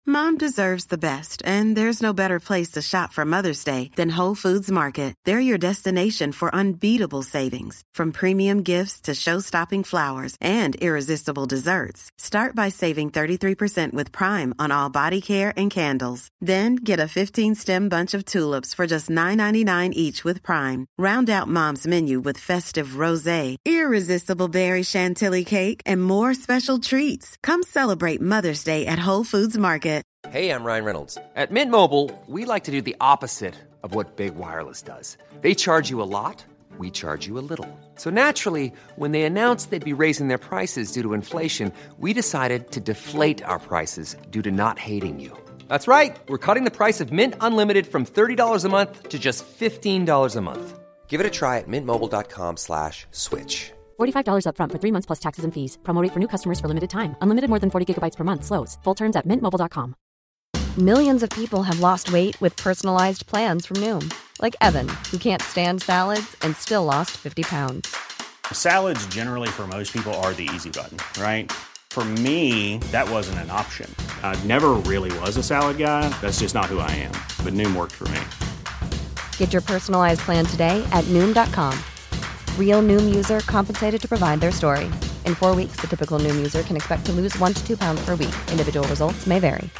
Mom deserves the best, and there's no better place to shop for Mother's Day than Whole Foods Market. They're your destination for unbeatable savings, from premium gifts to show-stopping flowers and irresistible desserts. Start by saving 33% with Prime on all body care and candles. Then get a 15-stem bunch of tulips for just $9.99 each with Prime. Round out Mom's menu with festive rosé, irresistible berry chantilly cake, and more special treats. Come celebrate Mother's Day at Whole Foods Market. Hey, I'm Ryan Reynolds. At Mint Mobile, we like to do the opposite of what Big Wireless does. They charge you a lot, we charge you a little. So naturally, when they announced they'd be raising their prices due to inflation, we decided to deflate our prices due to not hating you. That's right. We're cutting the price of Mint Unlimited from $30 a month to just $15 a month. Give it a try at mintmobile.com/switch. $45 up front for 3 months plus taxes and fees. Promo rate for new customers for limited time. Unlimited more than 40 gigabytes per month. Slows full terms at mintmobile.com. Millions of people have lost weight with personalized plans from Noom. Like Evan, who can't stand salads and still lost 50 pounds. Salads generally for most people are the easy button, right? For me, that wasn't an option. I never really was a salad guy. That's just not who I am. But Noom worked for me. Get your personalized plan today at Noom.com. Real Noom user compensated to provide their story. In 4 weeks, the typical Noom user can expect to lose 1 to 2 pounds per week. Individual results may vary.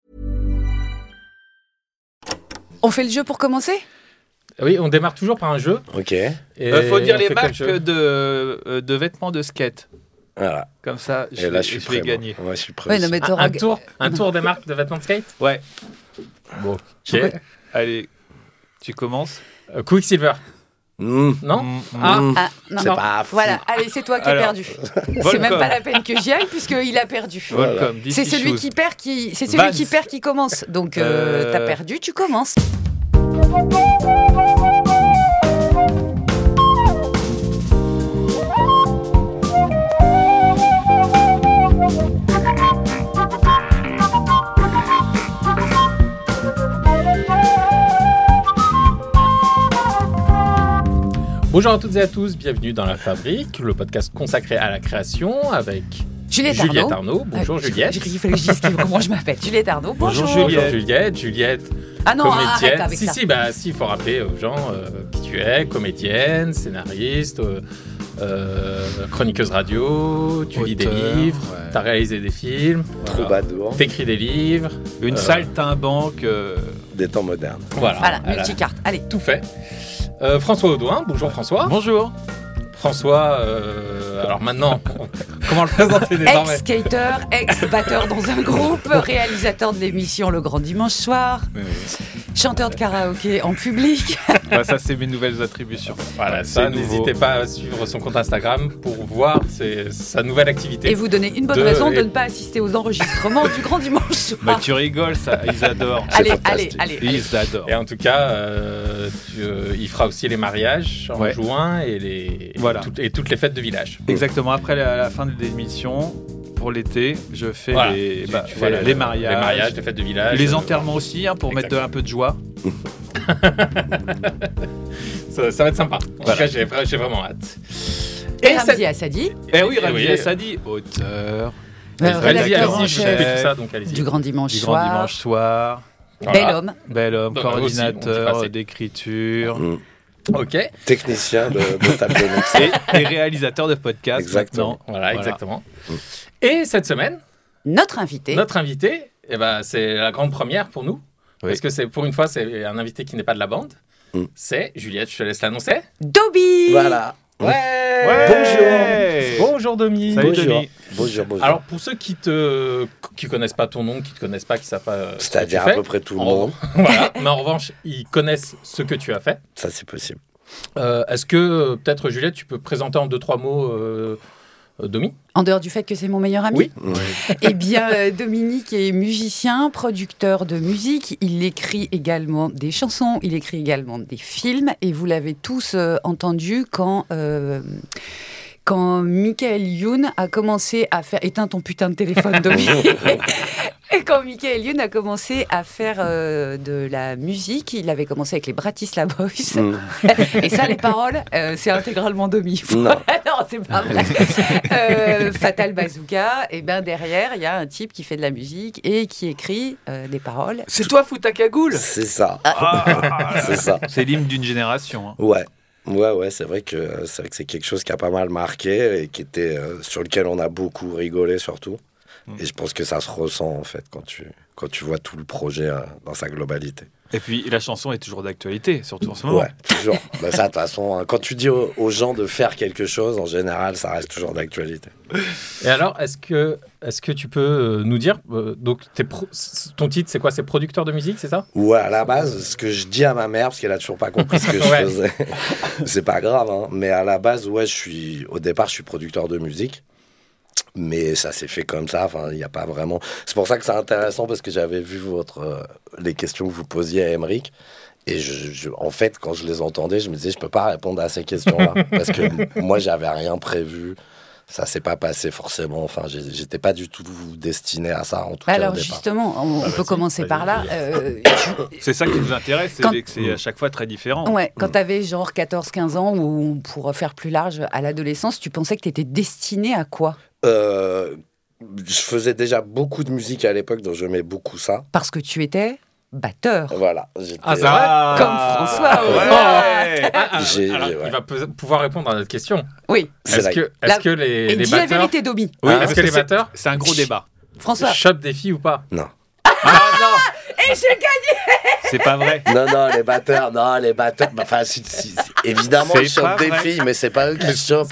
On fait le jeu pour commencer ? Oui, on démarre toujours par un jeu. Ok. Il faut dire les marques de vêtements de skate. Voilà. Comme ça, je vais gagner. Ouais, je suis prêt. Ouais, non, mais un tour des marques de vêtements de skate. Ouais. Bon. Ok. Allez, tu commences. Quicksilver. Non. Non, c'est pas fou. Voilà, allez, c'est toi qui as perdu. C'est même pas la peine que j'y aille puisqu'il a perdu. Voilà. C'est celui qui perd qui commence. Donc t'as perdu, tu commences. Bonjour à toutes et à tous, bienvenue dans La Fabrique, le podcast consacré à la création avec Juliette Arnaud. Bonjour Juliette. J'ai cru qu'il fallait que je dise comment je m'appelle. Juliette Arnaud. Bonjour Juliette. Ah non, comédienne. avec ça. Il faut rappeler aux gens qui tu es, comédienne, scénariste, chroniqueuse radio, tu lis des livres, t'as réalisé des films, troubadour, t'écris des livres, une saltimbanque des temps modernes. Voilà, multicarte. Allez, tout fait. François Audouin, bonjour François. Bonjour. François, alors maintenant, comment le présenter désormais ? Ex-skater, ex-batteur dans un groupe, réalisateur de l'émission Le Grand Dimanche Soir, chanteur de karaoké en public. Ça, c'est mes nouvelles attributions. Voilà, ça, n'hésitez pas à suivre son compte Instagram pour voir sa nouvelle activité. Et vous donner une bonne raison de ne pas assister aux enregistrements du Grand Dimanche Soir. Mais tu rigoles, ça, ils adorent. Allez. Ils adorent. Et en tout cas, il fera aussi les mariages en juin et et toutes les fêtes de village. Exactement, après la fin de l'émission, pour l'été, je fais les mariages. Les mariages, les fêtes de village. Les enterrements aussi, pour mettre un peu de joie. ça va être sympa. En tout cas, j'ai vraiment hâte. Et Ramzi Assadi. Ramzi Assadi, auteur, rédacteur en chef du Grand Dimanche Soir. Bel homme, Donc, coordinateur d'écriture. Ok. Technicien de tableau et réalisateur de podcast. Exactement. Voilà, exactement. Et cette semaine, notre invité, c'est la grande première pour nous. Oui. Parce que pour une fois, c'est un invité qui n'est pas de la bande. C'est Juliette, je te laisse l'annoncer. Dobby. Voilà. Ouais. Bonjour Domi. Salut Domi. Bonjour. Alors pour ceux qui connaissent pas ton nom, qui te connaissent pas, qui savent pas, c'est-à-dire à peu près tout le monde. Voilà. Mais en revanche, ils connaissent ce que tu as fait. Ça c'est possible. Est-ce que peut-être Juliette, tu peux présenter en 2-3 mots Domi ? En dehors du fait que c'est mon meilleur ami. Oui. Eh bien, Dominique est musicien, producteur de musique. Il écrit également des chansons, il écrit également des films. Et vous l'avez tous entendu quand quand Michael Youn a commencé à faire... Éteins ton putain de téléphone, Domi. Et quand Michael Youn a commencé à faire de la musique, il avait commencé avec les Bratislava Boys. Et ça, les paroles, c'est intégralement Domi. Non. Non, c'est pas vrai. Fatal Bazooka, et ben derrière, il y a un type qui fait de la musique et qui écrit des paroles. C'est toi, Fouta Cagoule. C'est ça. C'est ça. C'est l'hymne d'une génération. Hein. Ouais, c'est vrai que c'est quelque chose qui a pas mal marqué et qui était sur lequel on a beaucoup rigolé surtout. Et je pense que ça se ressent en fait quand tu vois tout le projet dans sa globalité. Et puis la chanson est toujours d'actualité, surtout en ce moment. Ouais, toujours. Bah, ça, de toute façon, quand tu dis aux gens de faire quelque chose, en général, ça reste toujours d'actualité. Et alors, est-ce que tu peux nous dire, donc ton titre, c'est quoi? C'est producteur de musique, c'est ça? Ouais, à la base, ce que je dis à ma mère, parce qu'elle a toujours pas compris ce que je faisais, c'est pas grave, hein, mais à la base, ouais, au départ, je suis producteur de musique. Mais ça s'est fait comme ça, enfin, il n'y a pas vraiment... C'est pour ça que c'est intéressant, parce que j'avais vu les questions que vous posiez à Aymeric, et en fait, quand je les entendais, je me disais, je ne peux pas répondre à ces questions-là, parce que moi, j'avais rien prévu, ça ne s'est pas passé forcément, enfin, j'étais pas du tout destiné à ça, en tout cas. Alors justement, on peut commencer par là. C'est ça qui nous intéresse, c'est que c'est à chaque fois très différent. Ouais, quand tu avais genre 14-15 ans, ou pour faire plus large, à l'adolescence, tu pensais que tu étais destiné à quoi? Je faisais déjà beaucoup de musique à l'époque, donc j'aimais beaucoup ça. Parce que tu étais batteur. Voilà. Ah, c'est vrai? Comme François. Ouais. Alors, il va pouvoir répondre à notre question. Oui. Est-ce que les dis batteurs... la vérité, Domi. Oui, est-ce que les batteurs... C'est un gros débat. François. Chopent des filles ou pas? Non. Ah non. Et j'ai gagné. C'est pas vrai. Non, les batteurs, enfin, évidemment, ils chopent des filles, mais c'est pas eux qui chopent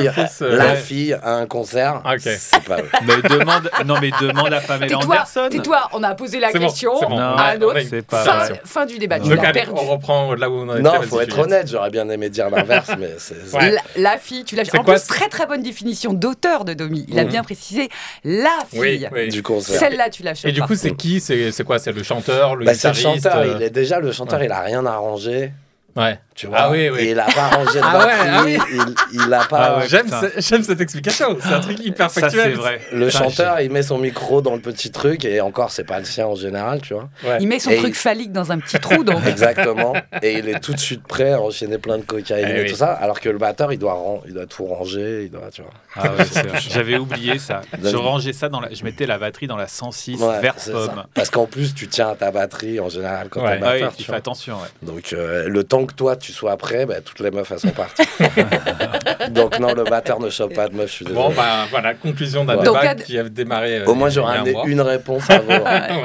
la fille à un concert. Okay. C'est pas eux. Mais demande à Pamela Anderson. Tais-toi, on a posé la question. C'est bon. À un autre. C'est pas Fin du débat. Donc, allez, on reprend là où on en était. Non, faut être honnête, j'aurais bien aimé dire l'inverse, mais Ouais. La fille, tu l'as. En plus, très très bonne définition d'auteur de Domi. Il a bien précisé la fille. Oui. Du concert. Celle-là, tu la chopes. Et du coup, c'est qui? C'est quoi? C'est le chanteur, le c'est guitariste? le chanteur, le chanteur, il a rien arrangé. Ouais. Tu vois, Ah oui. Et il a pas arrangé de batterie, il a pas... J'aime cette explication, c'est un truc hyper factuel. Ça, c'est vrai. Le chanteur, il met son micro dans le petit truc, et encore, c'est pas le sien en général, tu vois. Ouais. Il met son truc phallique dans un petit trou, donc. Exactement. Et il est tout de suite prêt à enchaîner plein de cocaïne et tout ça, alors que le batteur, il doit tout ranger, tu vois. Ah ouais, j'avais oublié ça. Je rangeais ça je mettais la batterie dans la 106 vert pomme. Ça. Parce qu'en plus, tu tiens à ta batterie en général quand t'es batteur. Tu fais attention. Ouais. Donc, le temps que toi, tu sois prêt, toutes les meufs, elles sont parties. Donc, non, le batteur ne chope pas de meufs, je suis désolé. Bon, voilà, conclusion d'un débat qui a démarré. Au moins, j'aurais une réponse à vos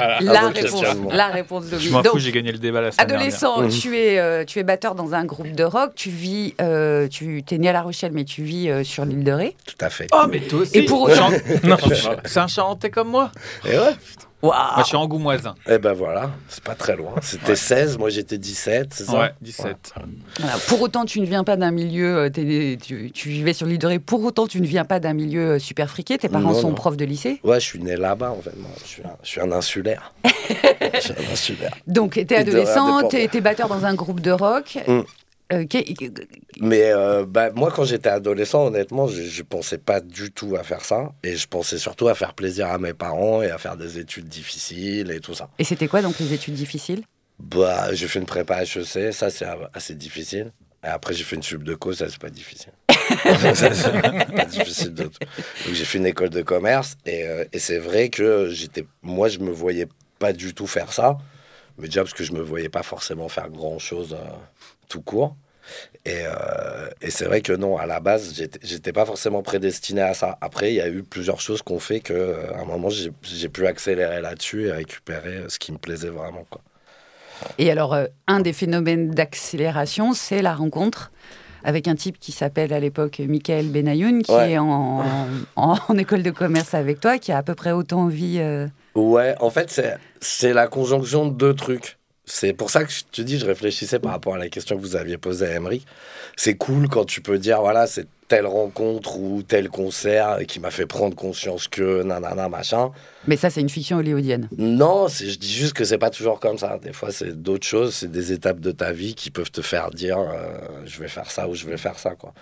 La réponse de Je m'en fous, j'ai gagné le débat la semaine dernière. Adolescent, tu es batteur dans un groupe de rock, tu es né à La Rochelle, mais tu vis sur l'île de Ré. Tout à fait. Oh, mais toi aussi. Et pour autant... C'est un charentais comme moi. Et ouais. Wow. Moi, je suis angoumoisin. Et ben voilà, c'est pas très loin. C'était 16, moi j'étais 17, c'est ça? Ouais, 17. Voilà. Pour autant, tu ne viens pas d'un milieu... Tu vivais sur l'île de Ré. Pour autant, tu ne viens pas d'un milieu super friqué. Tes parents sont profs de lycée? Ouais, je suis né là-bas, en fait. Moi, je suis un insulaire. Donc, t'es adolescent, t'es batteur dans un groupe de rock. Mais moi, quand j'étais adolescent, honnêtement, je pensais pas du tout à faire ça. Et je pensais surtout à faire plaisir à mes parents et à faire des études difficiles et tout ça. Et c'était quoi donc les études difficiles? J'ai fait une prépa HEC, ça c'est assez difficile. Et après, j'ai fait une sub de co, ça c'est pas difficile. C'est pas difficile de tout. Donc j'ai fait une école de commerce et c'est vrai que moi, je me voyais pas du tout faire ça. Mais déjà parce que je me voyais pas forcément faire grand chose tout court. Et c'est vrai que non, à la base, j'étais pas forcément prédestiné à ça. Après, il y a eu plusieurs choses qui ont fait qu'à un moment, j'ai pu accélérer là-dessus et récupérer ce qui me plaisait vraiment, quoi. Et alors, un des phénomènes d'accélération, c'est la rencontre avec un type qui s'appelle à l'époque Michael Benayoun, qui est en école de commerce avec toi, qui a à peu près autant envie... Ouais, en fait, c'est la conjonction de deux trucs. C'est pour ça que je te dis, je réfléchissais par rapport à la question que vous aviez posée à Aymeric. C'est cool quand tu peux dire, voilà, c'est telle rencontre ou tel concert qui m'a fait prendre conscience que nanana, machin. Mais ça, c'est une fiction hollywoodienne. Non, je dis juste que c'est pas toujours comme ça. Des fois, c'est d'autres choses, c'est des étapes de ta vie qui peuvent te faire dire, je vais faire ça ou je vais faire ça, quoi.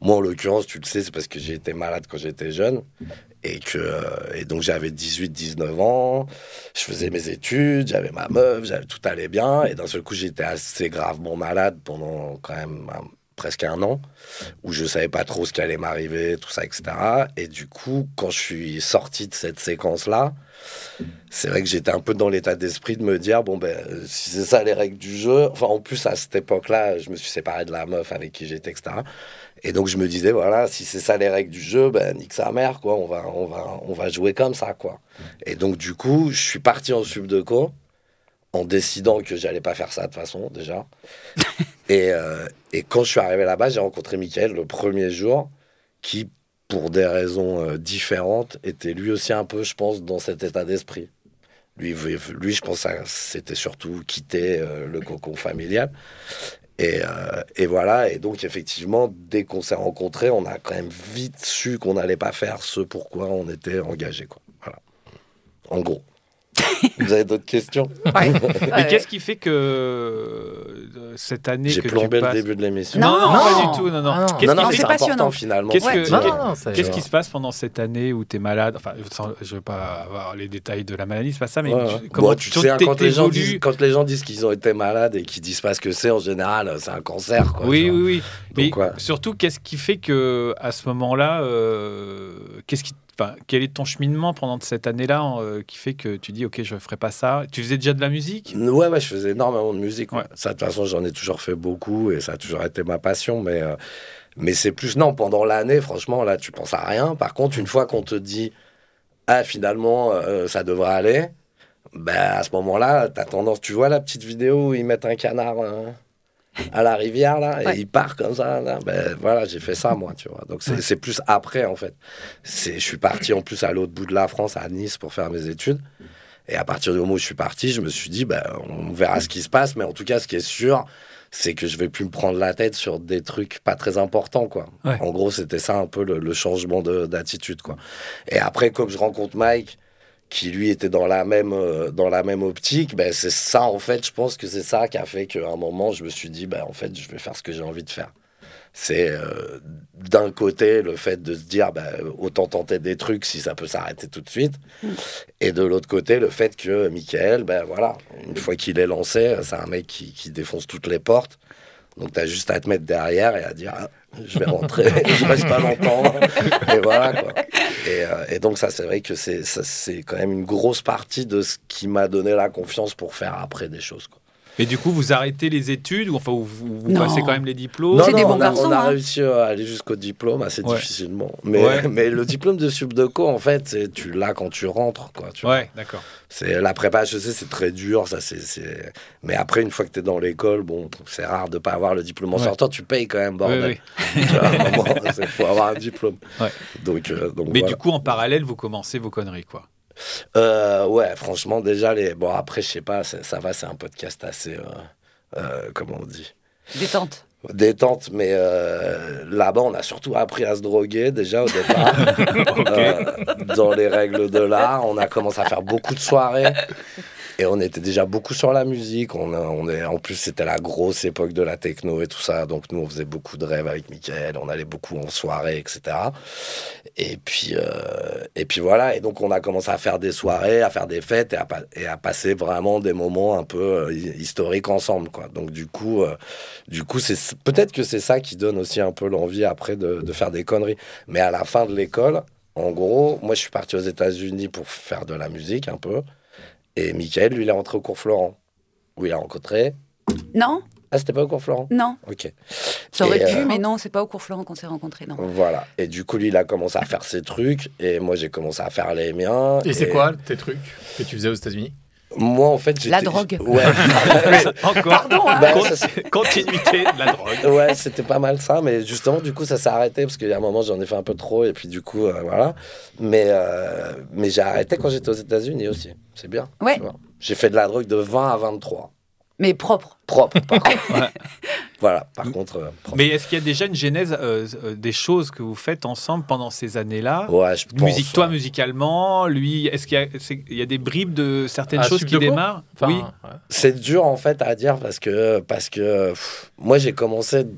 Moi, en l'occurrence, tu le sais, c'est parce que j'ai été malade quand j'étais jeune. Et donc, j'avais 18-19 ans. Je faisais mes études, j'avais ma meuf, tout allait bien. Et d'un seul coup, j'étais assez gravement malade pendant quand même presque 1 an, où je savais pas trop ce qui allait m'arriver, tout ça, etc. Et du coup, quand je suis sorti de cette séquence-là, c'est vrai que j'étais un peu dans l'état d'esprit de me dire, bon, ben, si c'est ça les règles du jeu... Enfin, en plus, à cette époque-là, je me suis séparé de la meuf avec qui j'étais, etc. Et donc, je me disais, voilà, si c'est ça les règles du jeu, ben, nique sa mère, quoi. On va jouer comme ça, quoi. Et donc, du coup, je suis parti en sub de co, en décidant que j'allais pas faire ça de toute façon, déjà. Et quand je suis arrivé là-bas, j'ai rencontré Mickaël le premier jour, qui, pour des raisons différentes, était lui aussi un peu, je pense, dans cet état d'esprit. Lui, je pense que c'était surtout quitter le cocon familial. Et voilà, et donc effectivement, dès qu'on s'est rencontrés, on a quand même vite su qu'on n'allait pas faire ce pourquoi on était engagés, quoi. Voilà. En gros. Vous avez d'autres questions? Mais qu'est-ce qui fait que cette année j'ai que plombé tu passes... le début de l'émission? Non, pas du tout. Non. Mais c'est important finalement. Qu'est-ce qui se passe pendant cette année où tu es malade? Enfin, je ne veux pas avoir les détails de la maladie, c'est pas ça, mais comment tu sais, quand les gens disent qu'ils ont été malades et qu'ils disent pas ce que c'est, en général, c'est un cancer, quoi. Oui. Mais donc, surtout, qu'est-ce qui fait que à ce moment-là, quel est ton cheminement pendant cette année-là qui fait que tu dis, ok, je ne ferai pas ça? Tu faisais déjà de la musique? Ouais, je faisais énormément de musique. Ouais. Ça, de toute façon, j'en ai toujours fait beaucoup et ça a toujours été ma passion. Mais c'est plus, non, pendant l'année, franchement, là, tu penses à rien. Par contre, une fois qu'on te dit, finalement, ça devrait aller, à ce moment-là, tu as tendance, tu vois la petite vidéo où ils mettent un canard... à la rivière, là, et il part comme ça, là. Voilà, j'ai fait ça, moi, tu vois. Donc, c'est plus après, en fait. Je suis parti, en plus, à l'autre bout de la France, à Nice, pour faire mes études. Et à partir du moment où je suis parti, je me suis dit, on verra ce qui se passe, mais en tout cas, ce qui est sûr, c'est que je vais plus me prendre la tête sur des trucs pas très importants, quoi. Ouais. En gros, c'était ça, un peu, le changement d'attitude, quoi. Et après, comme je rencontre Mike, qui lui était dans la même optique, c'est ça, en fait, je pense que c'est ça qui a fait qu'à un moment, je me suis dit, en fait, je vais faire ce que j'ai envie de faire. C'est d'un côté le fait de se dire, autant tenter des trucs si ça peut s'arrêter tout de suite, et de l'autre côté, le fait que Mickaël, voilà, une fois qu'il est lancé, c'est un mec qui défonce toutes les portes, donc t'as juste à te mettre derrière et à dire, je vais rentrer, je reste pas longtemps, et voilà, quoi. Et donc ça, c'est vrai que c'est quand même une grosse partie de ce qui m'a donné la confiance pour faire après des choses, quoi. Et du coup, vous arrêtez les études ou vous passez quand même les diplômes? Non, des bons garçons, on a réussi à aller jusqu'au diplôme assez difficilement. Mais le diplôme de subdeco, en fait, tu l'as quand tu rentres, quoi. Tu vois. D'accord. C'est la prépa HEC, c'est très dur, ça. Mais après, une fois que t'es dans l'école, c'est rare de pas avoir le diplôme en sortant. Tu payes quand même, bordel. Il faut avoir un diplôme. Ouais. Donc mais voilà. Du coup, en parallèle, vous commencez vos conneries, quoi. Franchement, déjà, après, je sais pas, ça va, c'est un podcast assez, comment on dit? Détente, mais là-bas, on a surtout appris à se droguer, déjà, au départ. Dans les règles de l'art, on a commencé à faire beaucoup de soirées. Et on était déjà beaucoup sur la musique. En plus, c'était la grosse époque de la techno et tout ça. Donc, nous, on faisait beaucoup de rêves avec Mickaël. On allait beaucoup en soirée, etc. Et puis voilà. Et donc, on a commencé à faire des soirées, à faire des fêtes et à passer vraiment des moments un peu historiques ensemble, quoi. Donc, du coup, peut-être que c'est ça qui donne aussi un peu l'envie après de faire des conneries. Mais à la fin de l'école, en gros, moi, je suis parti aux États-Unis pour faire de la musique un peu. Et Mickaël, lui, il est rentré au cours Florent, où il a rencontré... Non. Ah, c'était pas au cours Florent? Non. Ok. Ça aurait pu, mais non, c'est pas au cours Florent qu'on s'est rencontrés, non. Voilà. Et du coup, lui, il a commencé à faire ses trucs, et moi, j'ai commencé à faire les miens. Et c'est quoi tes trucs que tu faisais aux États-Unis? Moi, en fait, j'étais... La drogue. Ouais. Encore. Pardon. Continuité de la drogue. Ouais, c'était pas mal ça, mais justement, du coup, ça s'est arrêté parce qu'il y a un moment, j'en ai fait un peu trop, et puis du coup, voilà. Mais j'ai arrêté quand j'étais aux États-Unis aussi. C'est bien. Ouais. J'ai fait de la drogue de 20 à 23. Mais propre. Propre, par contre. Voilà, par contre. Propre. Mais est-ce qu'il y a déjà une genèse des choses que vous faites ensemble pendant ces années-là? Ouais, je pense. Toi, musicalement, lui, est-ce qu'il y a des bribes de certaines choses qui démarrent? Oui. C'est dur, en fait, à dire parce que moi, j'ai commencé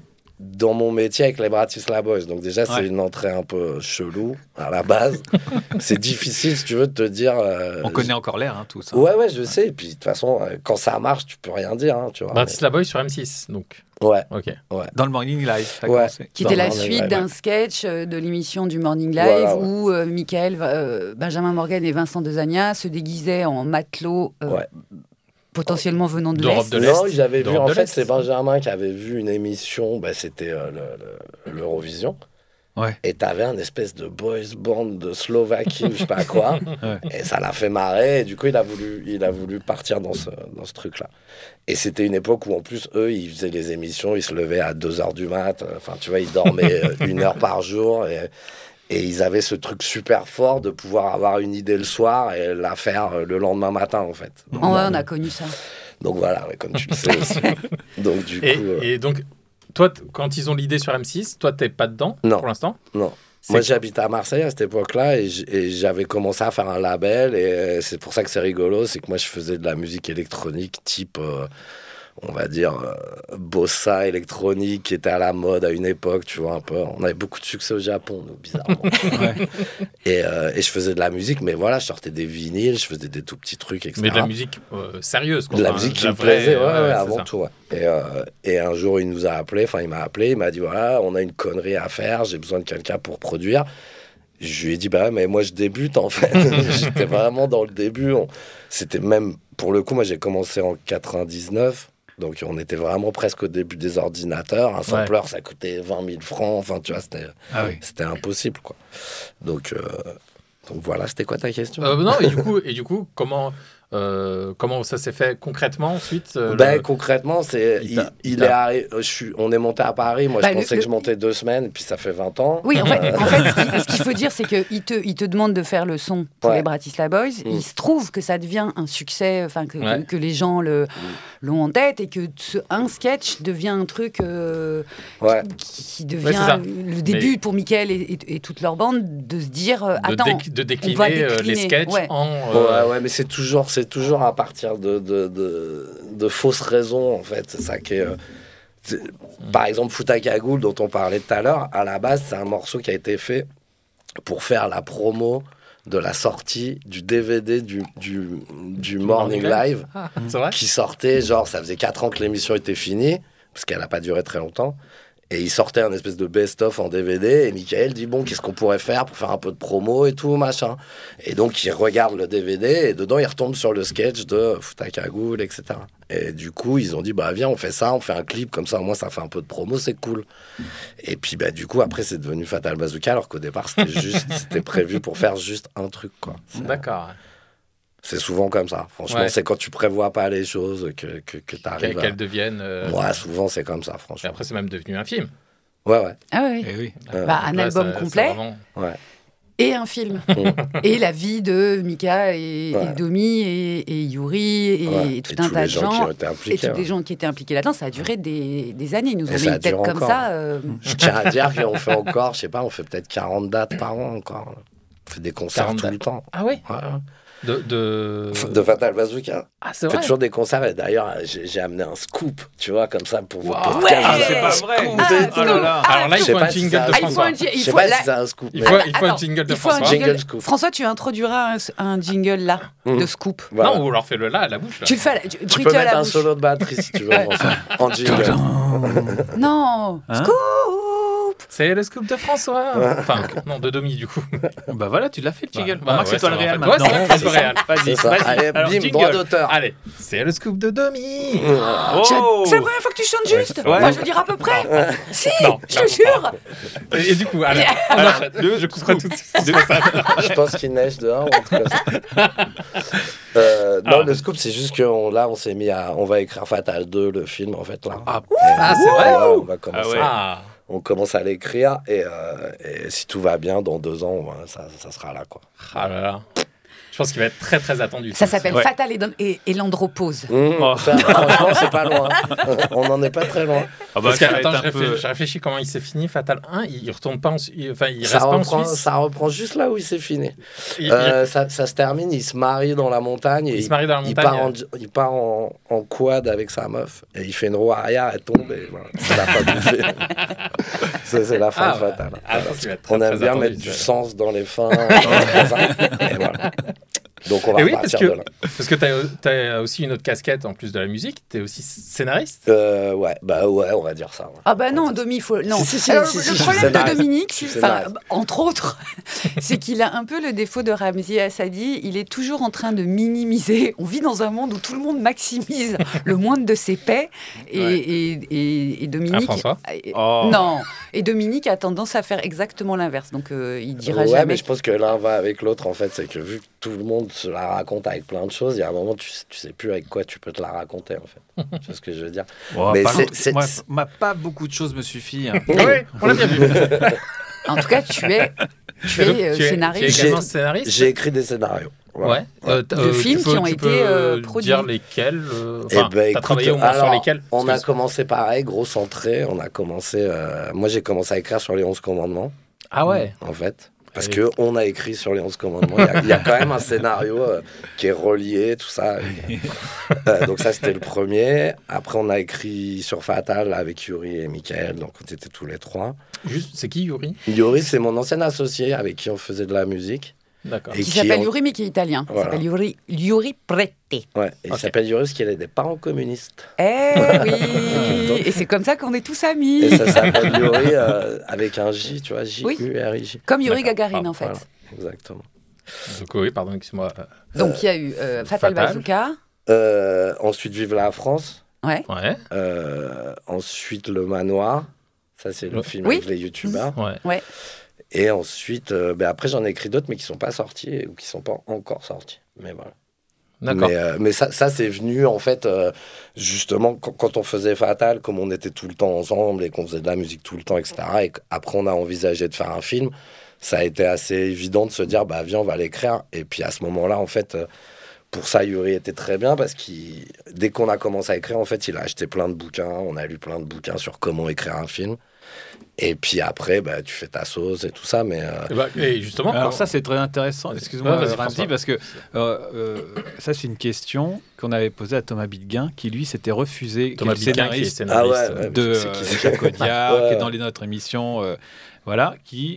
dans mon métier avec les Bratislava Boys. Donc déjà, c'est une entrée un peu chelou à la base. C'est difficile, si tu veux, de te dire... On connaît encore l'air, tout ça. Ouais, je sais. Et puis, de toute façon, quand ça marche, tu peux rien dire, tu vois. Bratislava Boys sur M6, donc. Ouais. Ok. Ouais. Dans le Morning Live, ça a commencé. Qui était la suite d'un sketch de l'émission du Morning Live où Michael, Benjamin Morgan et Vincent Dezania se déguisaient en matelots potentiellement venant de l'Est. Non, j'avais vu, en fait, c'est Benjamin qui avait vu une émission, c'était l'Eurovision. Ouais. Et t'avais un espèce de boys band de Slovaquie ou je sais pas quoi. Et ça l'a fait marrer. Et du coup, il a voulu partir dans ce truc-là. Et c'était une époque où, en plus, eux, ils faisaient les émissions, ils se levaient à 2h du mat. Enfin, tu vois, ils dormaient 1 heure par jour. Et ils avaient ce truc super fort de pouvoir avoir une idée le soir et la faire le lendemain matin, en fait. Donc, on a connu ça. Donc voilà, comme tu le sais aussi. Donc, du coup, et donc, toi, quand ils ont l'idée sur M6, toi, t'es pas dedans pour l'instant ? Non. Moi, j'habitais à Marseille à cette époque-là et j'avais commencé à faire un label. Et c'est pour ça que c'est rigolo, c'est que moi, je faisais de la musique électronique type... on va dire, bossa électronique qui était à la mode à une époque, tu vois, un peu. On avait beaucoup de succès au Japon, nous, bizarrement. Et je faisais de la musique, mais voilà, je sortais des vinyles, je faisais des tout petits trucs, etc. Mais de la musique sérieuse, quoi. De la musique qui me plaisait, avant tout, Et un jour, il nous a appelés, il m'a appelé, il m'a dit, voilà, on a une connerie à faire, j'ai besoin de quelqu'un pour produire. Je lui ai dit, mais moi, je débute, en fait. J'étais vraiment dans le début. C'était même, pour le coup, moi, j'ai commencé en 99. Donc, on était vraiment presque au début des ordinateurs. Un sampler, ça coûtait 20 000 francs. Enfin, tu vois, c'était impossible, quoi. Donc voilà, c'était quoi ta question ? Non, et du coup, comment ça s'est fait concrètement ensuite Concrètement, on est monté à Paris. Moi, je pensais que je montais 2 semaines, et puis ça fait 20 ans. Oui, en fait, ce qu'il faut dire, c'est qu'il te demande de faire le son pour les Bratislava Boys. Il se trouve que ça devient un succès, que les gens l'ont en tête, et que un sketch devient un truc qui devient le début pour Michael et toute leur bande de se dire attends, de décliner les sketchs en... mais c'est toujours à partir de fausses raisons, en fait. C'est ça qui est... Par exemple, Fout à cagoule, dont on parlait tout à l'heure, à la base, c'est un morceau qui a été fait pour faire la promo de la sortie du DVD du Morning Live, qui sortait, ça faisait 4 ans que l'émission était finie, parce qu'elle n'a pas duré très longtemps. Et il sortait un espèce de best-of en DVD, et Michael dit, qu'est-ce qu'on pourrait faire pour faire un peu de promo et tout, machin. Et donc, il regarde le DVD, et dedans, il retombe sur le sketch de Fout à cagoule, etc. Et du coup, ils ont dit, viens, on fait ça, on fait un clip, comme ça, au moins, ça fait un peu de promo, c'est cool. Et puis, du coup, après, c'est devenu Fatal Bazooka, alors qu'au départ, c'était prévu pour faire juste un truc, quoi. D'accord. C'est souvent comme ça. Franchement, c'est quand tu prévois pas les choses que tu arrives qu'elles deviennent... souvent, c'est comme ça, franchement. Et après, c'est même devenu un film. Ouais. Ah oui. Et oui. Un album complet. Et un film. Et la vie de Mika et Domi et Yuri et tout un tas de gens. Et tous les gens qui étaient impliqués là-dedans. Ça a duré des années. Ils nous ont mis une tête comme ça. Je tiens à dire qu'on fait encore, je sais pas, on fait peut-être 40 dates par an encore. On fait des concerts tout le temps. Ah oui. De Fatal Bazooka. Ah, c'est vrai. On fait toujours des concerts. Et d'ailleurs, j'ai amené un scoop, tu vois, comme ça, pour vous. C'est pas vrai. Alors là, il faut un jingle de François. Je sais pas si c'est un scoop. Il faut un jingle de François. François, tu introduiras un jingle là, de scoop. Non, ou alors fais-le là, à la bouche. Tu le fais. Tu peux mettre un solo de batterie si tu veux, en jingle. Non, scoop. C'est le scoop de François. Enfin, non, de Domi, du coup. Voilà, tu l'as fait, le jingle. C'est toi le réel maintenant. C'est toi le réel. Vas-y. Allez, bim, droit d'auteur. Allez, c'est le scoop de Domi. C'est la première fois que tu chantes juste. Moi, je veux dire à peu près. Si, je te jure. Et du coup, allez, on enchaîne. Je couperai tout de suite. Je pense qu'il neige dehors, ou en tout cas. Non, le scoop, c'est juste que là, on s'est mis on va écrire Fatal 2, le film, en fait, là. C'est vrai. On va commencer. On commence à l'écrire et si tout va bien, dans 2 ans, ça sera là, quoi. Ah là là. Je pense qu'il va être très très attendu. Ça s'appelle Fatal et l'andropause. Franchement, c'est pas loin. On n'en est pas très loin. Parce que, attends, je réfléchis comment il s'est fini. Fatal 1, il retourne pas il reste pas en Suisse. Ça reprend juste là où il s'est fini. Ça se termine, il se marie dans la montagne. Et il part en quad avec sa meuf. Et il fait une roue arrière, elle tombe. Et voilà, c'est la fin du film. C'est la fin de Fatal. On aime bien mettre du sens dans les fins. Et voilà. Donc on va repartir de là. Parce que tu as aussi une autre casquette en plus de la musique. Tu es aussi scénariste. Ouais, on va dire ça. Ouais. Ah bah non, Domi, il faut... Non. Le problème de Dominique, entre autres, c'est qu'il a un peu le défaut de Ramzi Assadi. Il est toujours en train de minimiser. On vit dans un monde où tout le monde maximise le moindre de ses paix. Et Dominique... François Non. Et Dominique a tendance à faire exactement l'inverse. Donc il dira jamais... Ouais, mais je pense que l'un va avec l'autre, en fait. C'est que vu que tout le monde se la raconte avec plein de choses, il y a un moment tu sais plus avec quoi tu peux te la raconter, en fait. Tu vois ce que je veux dire. Mais moi, pas beaucoup de choses me suffit. Hein. Oui, on l'a bien vu. En tout cas, tu es scénariste. Tu es également scénariste. J'ai écrit des scénarios. Ouais. De films qui ont été produits. Dire lesquels t'as travaillé au moins sur lesquels? On a commencé pareil, grosse entrée. On a commencé. Moi, j'ai commencé à écrire sur les 11 commandements. Ah ouais. En fait. Parce qu'on a écrit sur les 11 commandements. Il y a quand même un scénario qui est relié, tout ça. Donc ça, c'était le premier. Après, on a écrit sur Fatal avec Yuri et Michael. Donc on était tous les trois. Juste, c'est qui Yuri? Yuri, c'est mon ancien associé avec qui on faisait de la musique. D'accord. Qui s'appelle Yuri, mais qui est italien. Voilà. Il s'appelle Yuri Prete. Ouais, il s'appelle Yuri parce qu'il a des parents communistes. Eh oui. Et c'est comme ça qu'on est tous amis. Et ça s'appelle Yuri avec un J, tu vois, J-U-R-I-J. Comme Yuri Gagarin, en fait. Voilà, exactement. Donc oui, pardon, excuse-moi. Donc il y a eu Fatal Bazooka. Ensuite, Vive la France. Ouais. Ensuite, Le Manoir. Ça, c'est le film avec les youtubeurs. Ouais. Et ensuite, après, j'en ai écrit d'autres, mais qui ne sont pas sortis ou qui ne sont pas encore sortis. Mais voilà. D'accord. Mais ça, c'est venu, en fait, justement, quand on faisait Fatal, comme on était tout le temps ensemble et qu'on faisait de la musique tout le temps, etc. Et qu'après, on a envisagé de faire un film, ça a été assez évident de se dire, viens, on va l'écrire. Et puis, à ce moment-là, en fait... Pour ça, Yuri était très bien parce que dès qu'on a commencé à écrire, en fait, il a acheté plein de bouquins. On a lu plein de bouquins sur comment écrire un film. Et puis après, tu fais ta sauce et tout ça. Mais et justement, alors ça, c'est très intéressant. Excuse-moi, Ramzi, parce que ça, c'est une question qu'on avait posée à Thomas Bidguin, qui lui s'était refusé, Thomas Bidguin, qui est scénariste de Jacques Audiard, qui est dans notre émission, qui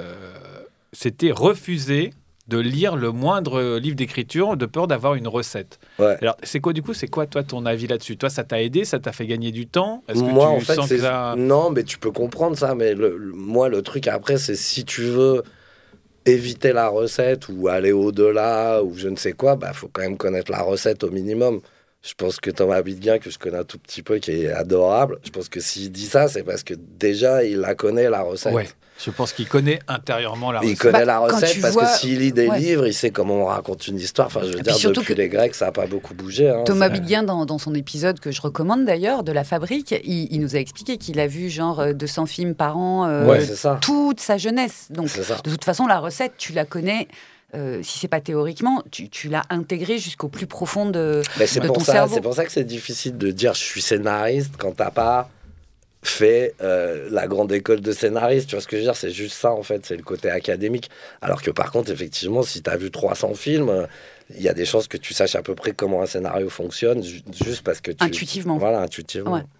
s'était refusé de lire le moindre livre d'écriture de peur d'avoir une recette. Ouais. Alors, c'est quoi toi ton avis là-dessus? Toi, ça t'a aidé, ça t'a fait gagner du temps? Est-ce que moi, tu en fait, sens que ça... Non, mais tu peux comprendre ça. Mais moi, le truc après, c'est si tu veux éviter la recette ou aller au-delà ou je ne sais quoi, faut quand même connaître la recette au minimum. Je pense que Thomas Bidguin, que je connais un tout petit peu, qui est adorable, je pense que s'il dit ça, c'est parce que déjà, il la connaît, la recette. Ouais. Je pense qu'il connaît intérieurement la recette. Il connaît la recette parce que s'il lit des livres, il sait comment on raconte une histoire. Enfin, je veux dire, depuis les Grecs, ça n'a pas beaucoup bougé. Thomas Bidguin, dans son épisode que je recommande d'ailleurs, de La Fabrique, il nous a expliqué qu'il a vu genre 200 films par an toute sa jeunesse. Donc, de toute façon, la recette, tu la connais. Si c'est pas théoriquement, tu l'as intégré jusqu'au plus profond de ton cerveau. C'est pour ça que c'est difficile de dire je suis scénariste quand t'as pas fait la grande école de scénariste. Tu vois ce que je veux dire? C'est juste ça, en fait, c'est le côté académique. Alors que par contre, effectivement, si t'as vu 300 films, il y a des chances que tu saches à peu près comment un scénario fonctionne, juste parce que intuitivement. Voilà, intuitivement. Ouais.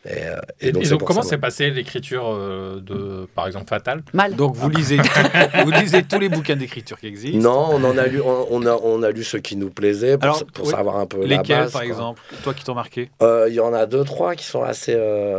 Et donc comment s'est passée l'écriture de, par exemple, Fatal? Mal. Donc vous lisez tous les bouquins d'écriture qui existent? Non, on a lu ceux qui nous plaisaient pour savoir un peu la base. Lesquels, par exemple? Toi qui t'ont marqué? Il y en a 2-3 qui sont assez...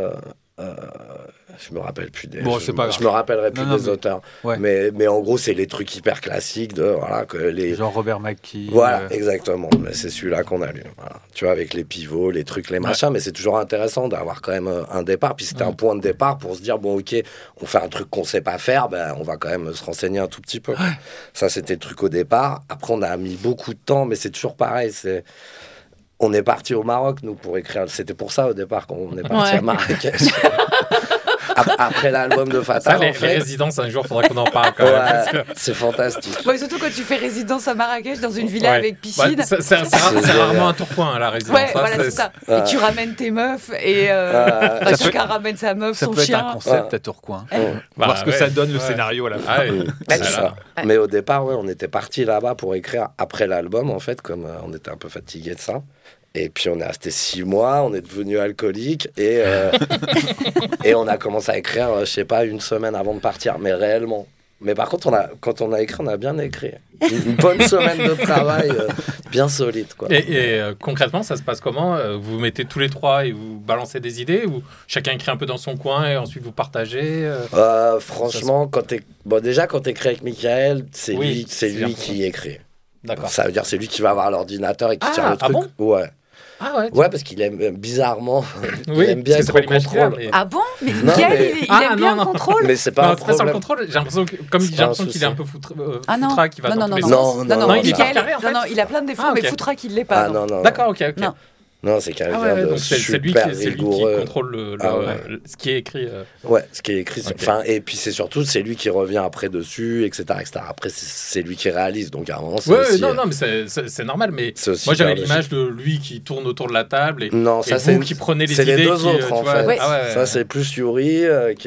je me rappelle plus des. Bon, c'est pas grave. Je me rappellerai plus des auteurs. Ouais. Mais en gros, c'est les trucs hyper classiques de que les. Genre Robert McKee. Voilà, exactement. Mais c'est celui-là qu'on a lu. Voilà. Tu vois, avec les pivots, les trucs, les machins. Mais c'est toujours intéressant d'avoir quand même un départ. Puis c'était un point de départ pour se dire bon, ok, on fait un truc qu'on sait pas faire. On va quand même se renseigner un tout petit peu. Ouais. Ça, c'était le truc au départ. Après, on a mis beaucoup de temps, mais c'est toujours pareil. On est parti au Maroc, nous, pour écrire. C'était pour ça, au départ, qu'on est parti à Marrakech. Après l'album de Fatal, ça, les résidences, un jour, il faudra qu'on en parle quand même. C'est fantastique. Surtout quand tu fais résidence à Marrakech dans une villa avec piscine. C'est rarement un tourpoint, la résidence. Ouais, voilà, c'est ça. Et tu ramènes tes meufs et chacun ramène sa meuf, son chien. Ça peut être un concept à Tourcoing. Voir ce que ça donne, le scénario à la fin. C'est ça. Mais au départ, on était partis là-bas pour écrire après l'album, en fait, comme on était un peu fatigués de ça. Et puis on est resté 6 mois, on est devenu alcoolique et on a commencé à écrire, je sais pas, 1 semaine avant de partir, mais réellement. Mais par contre, quand on a écrit, on a bien écrit. Une bonne semaine de travail bien solide, quoi. Et concrètement, ça se passe comment ? Vous vous mettez tous les 3 et vous balancez des idées ou chacun écrit un peu dans son coin et ensuite vous partagez Franchement, quand t'écris avec Michael, c'est lui qui écrit. D'accord. Ça veut dire c'est lui qui va avoir l'ordinateur et qui tire le truc. Bon ouais. Ouais, parce qu'il aime bizarrement, il aime bien être au contrôle. Mais... Ah bon ? Mais Michael, il aime bien le contrôle ? Mais c'est pas un problème. C'est pas le contrôle. J'ai l'impression qu'il est un peu foutra, qui va dans tous les sens. Non, il a plein de défauts, mais foutra qu'il l'est pas. D'accord, ok. Non, c'est quelqu'un de super rigoureux. Qui contrôle ce qui est écrit. Ouais, ce qui est écrit. Enfin, et puis c'est surtout, c'est lui qui revient après dessus, etc. Après, c'est lui qui réalise. Donc à un moment, c'est aussi... Non, mais c'est normal. Mais moi, j'avais l'image de lui qui tourne autour de la table et vous qui prenez les idées. C'est les deux autres, en fait. Ça, c'est plus Yuri